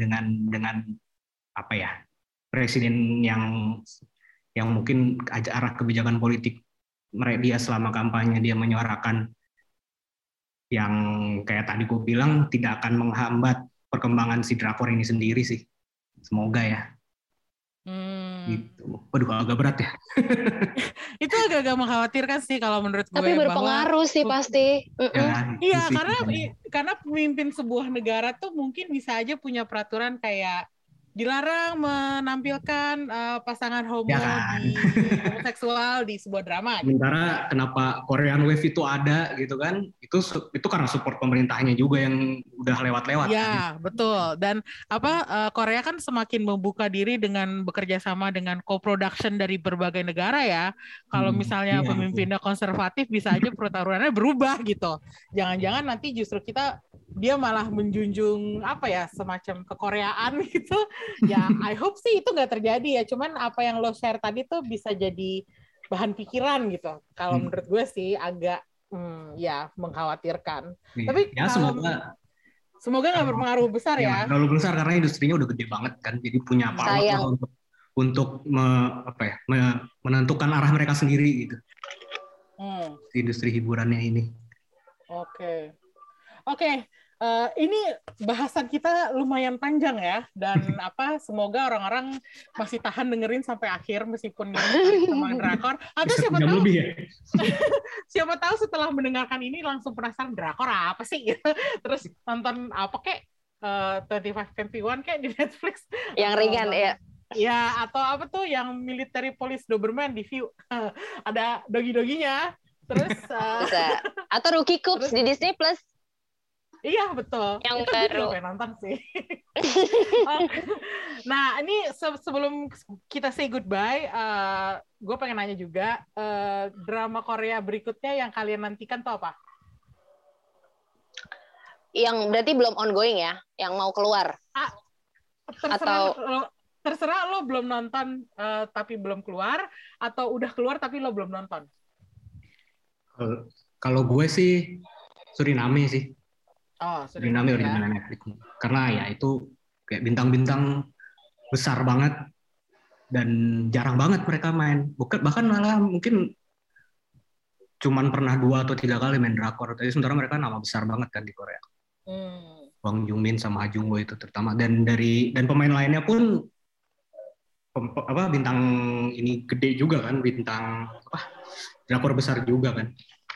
presiden yang mungkin arah kebijakan politik dia selama kampanye dia menyuarakan yang kayak tadi gue bilang tidak akan menghambat perkembangan si drakor ini sendiri sih. Semoga ya. Gitu. Waduh, agak berat ya. Itu agak-agak mengkhawatirkan sih kalau menurut gue. Tapi berpengaruh sih pasti. Iya, karena pemimpin sebuah negara tuh mungkin bisa aja punya peraturan kayak dilarang menampilkan pasangan homoseksual di sebuah drama. Sementara kenapa Korean Wave itu ada gitu kan? Itu karena support pemerintahnya juga yang udah lewat-lewat. Ya, kan? Betul. Dan Korea kan semakin membuka diri dengan bekerja sama dengan co-production dari berbagai negara ya. Kalau misalnya pemimpinnya konservatif bisa aja peraturannya berubah gitu. Jangan-jangan nanti justru dia malah menjunjung semacam kekoreaan gitu. Ya, I hope sih itu nggak terjadi ya. Cuman apa yang lo share tadi tuh bisa jadi bahan pikiran gitu. Kalau menurut gue sih agak mengkhawatirkan. Tapi ya semoga nggak berpengaruh besar ya. Terlalu besar karena industrinya udah gede banget kan. Jadi punya power untuk menentukan arah mereka sendiri gitu. Industri hiburannya ini. Oke. Oke, ini bahasan kita lumayan panjang ya, dan semoga orang-orang masih tahan dengerin sampai akhir meskipun nggak sama drakor. Atau siapa tahu, lebih ya? siapa tahu setelah mendengarkan ini langsung penasaran drakor apa sih, gitu. Terus nonton apa kek 25-21 kayak di Netflix. Yang ringan ya. Ya, atau apa tuh yang Military Police Doberman di View. Ada dogi-doginya. Terus Bisa. Atau Rookie Coops di Disney Plus. Iya, betul. Yang itu baru. gue nonton sih. Nah, ini sebelum kita say goodbye, gue pengen nanya juga, drama Korea berikutnya yang kalian nantikan tuh apa? Yang berarti belum ongoing ya, yang mau keluar. Terserah lo belum nonton tapi belum keluar, atau udah keluar tapi lo belum nonton. Kalau gue sih Suriname sih. Oh, Suriname original Netflix. Karena ya itu kayak bintang-bintang besar banget dan jarang banget mereka main. Bahkan malah mungkin cuman pernah 2 atau 3 kali main drakor. Tapi sementara mereka nama besar banget kan di Korea. Wang Jungmin sama Ha Jung-woo itu terutama, dan pemain lainnya pun bintang ini gede juga kan, bintang drakor besar juga kan.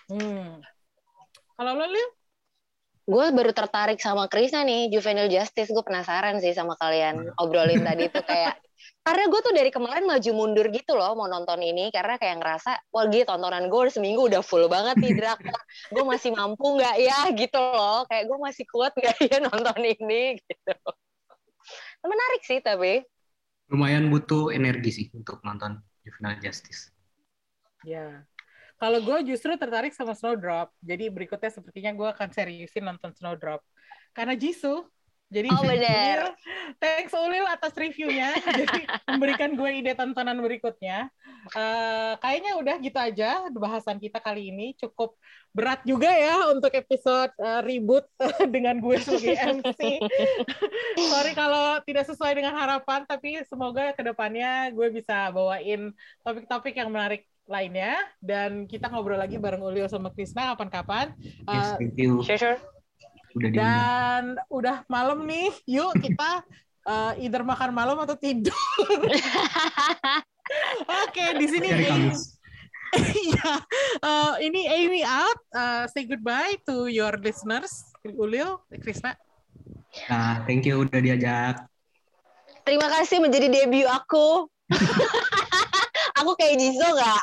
Kalau lo, Lil? Gue baru tertarik sama Krisna nih, Juvenile Justice. Gue penasaran sih sama kalian obrolin tadi tuh kayak, karena gue tuh dari kemarin maju mundur gitu loh mau nonton ini, karena kayak ngerasa, wah gitu tontonan gue seminggu udah full banget nih drakor, gue masih mampu nggak ya gitu loh, kayak gue masih kuat nggak ya nonton ini gitu. Menarik sih tapi. Lumayan butuh energi sih untuk nonton Juvenile Justice. Ya. Kalau gue justru tertarik sama Snowdrop. Jadi berikutnya sepertinya gue akan seriusin nonton Snowdrop. Karena Jisoo. Jadi bener. Thanks Ulil atas reviewnya. Jadi memberikan gue ide tontonan berikutnya. Kayaknya udah gitu aja bahasan kita kali ini. Cukup berat juga ya untuk episode ribut dengan gue sebagai MC. Sorry kalau tidak sesuai dengan harapan, tapi semoga kedepannya gue bisa bawain topik-topik yang menarik lainnya, dan kita ngobrol lagi bareng Ulil sama Krisna kapan-kapan. Yes, thank you. Sure. Dan udah malam nih, yuk kita either makan malam atau tidur. Oke, di sini ini Amy out. Say goodbye to your listeners, Ulil, Krisna. Nah, thank you udah diajak. Terima kasih menjadi debut aku. Aku kayak Jisoo nggak?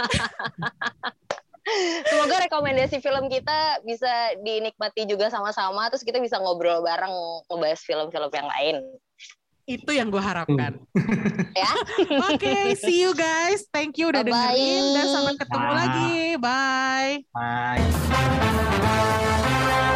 Semoga rekomendasi film kita bisa dinikmati juga sama-sama, terus kita bisa ngobrol bareng ngebahas film-film yang lain. Itu yang gue harapkan. Ya. Oke, see you guys. Thank you udah dengerin, dan sampai ketemu lagi. Bye. Bye.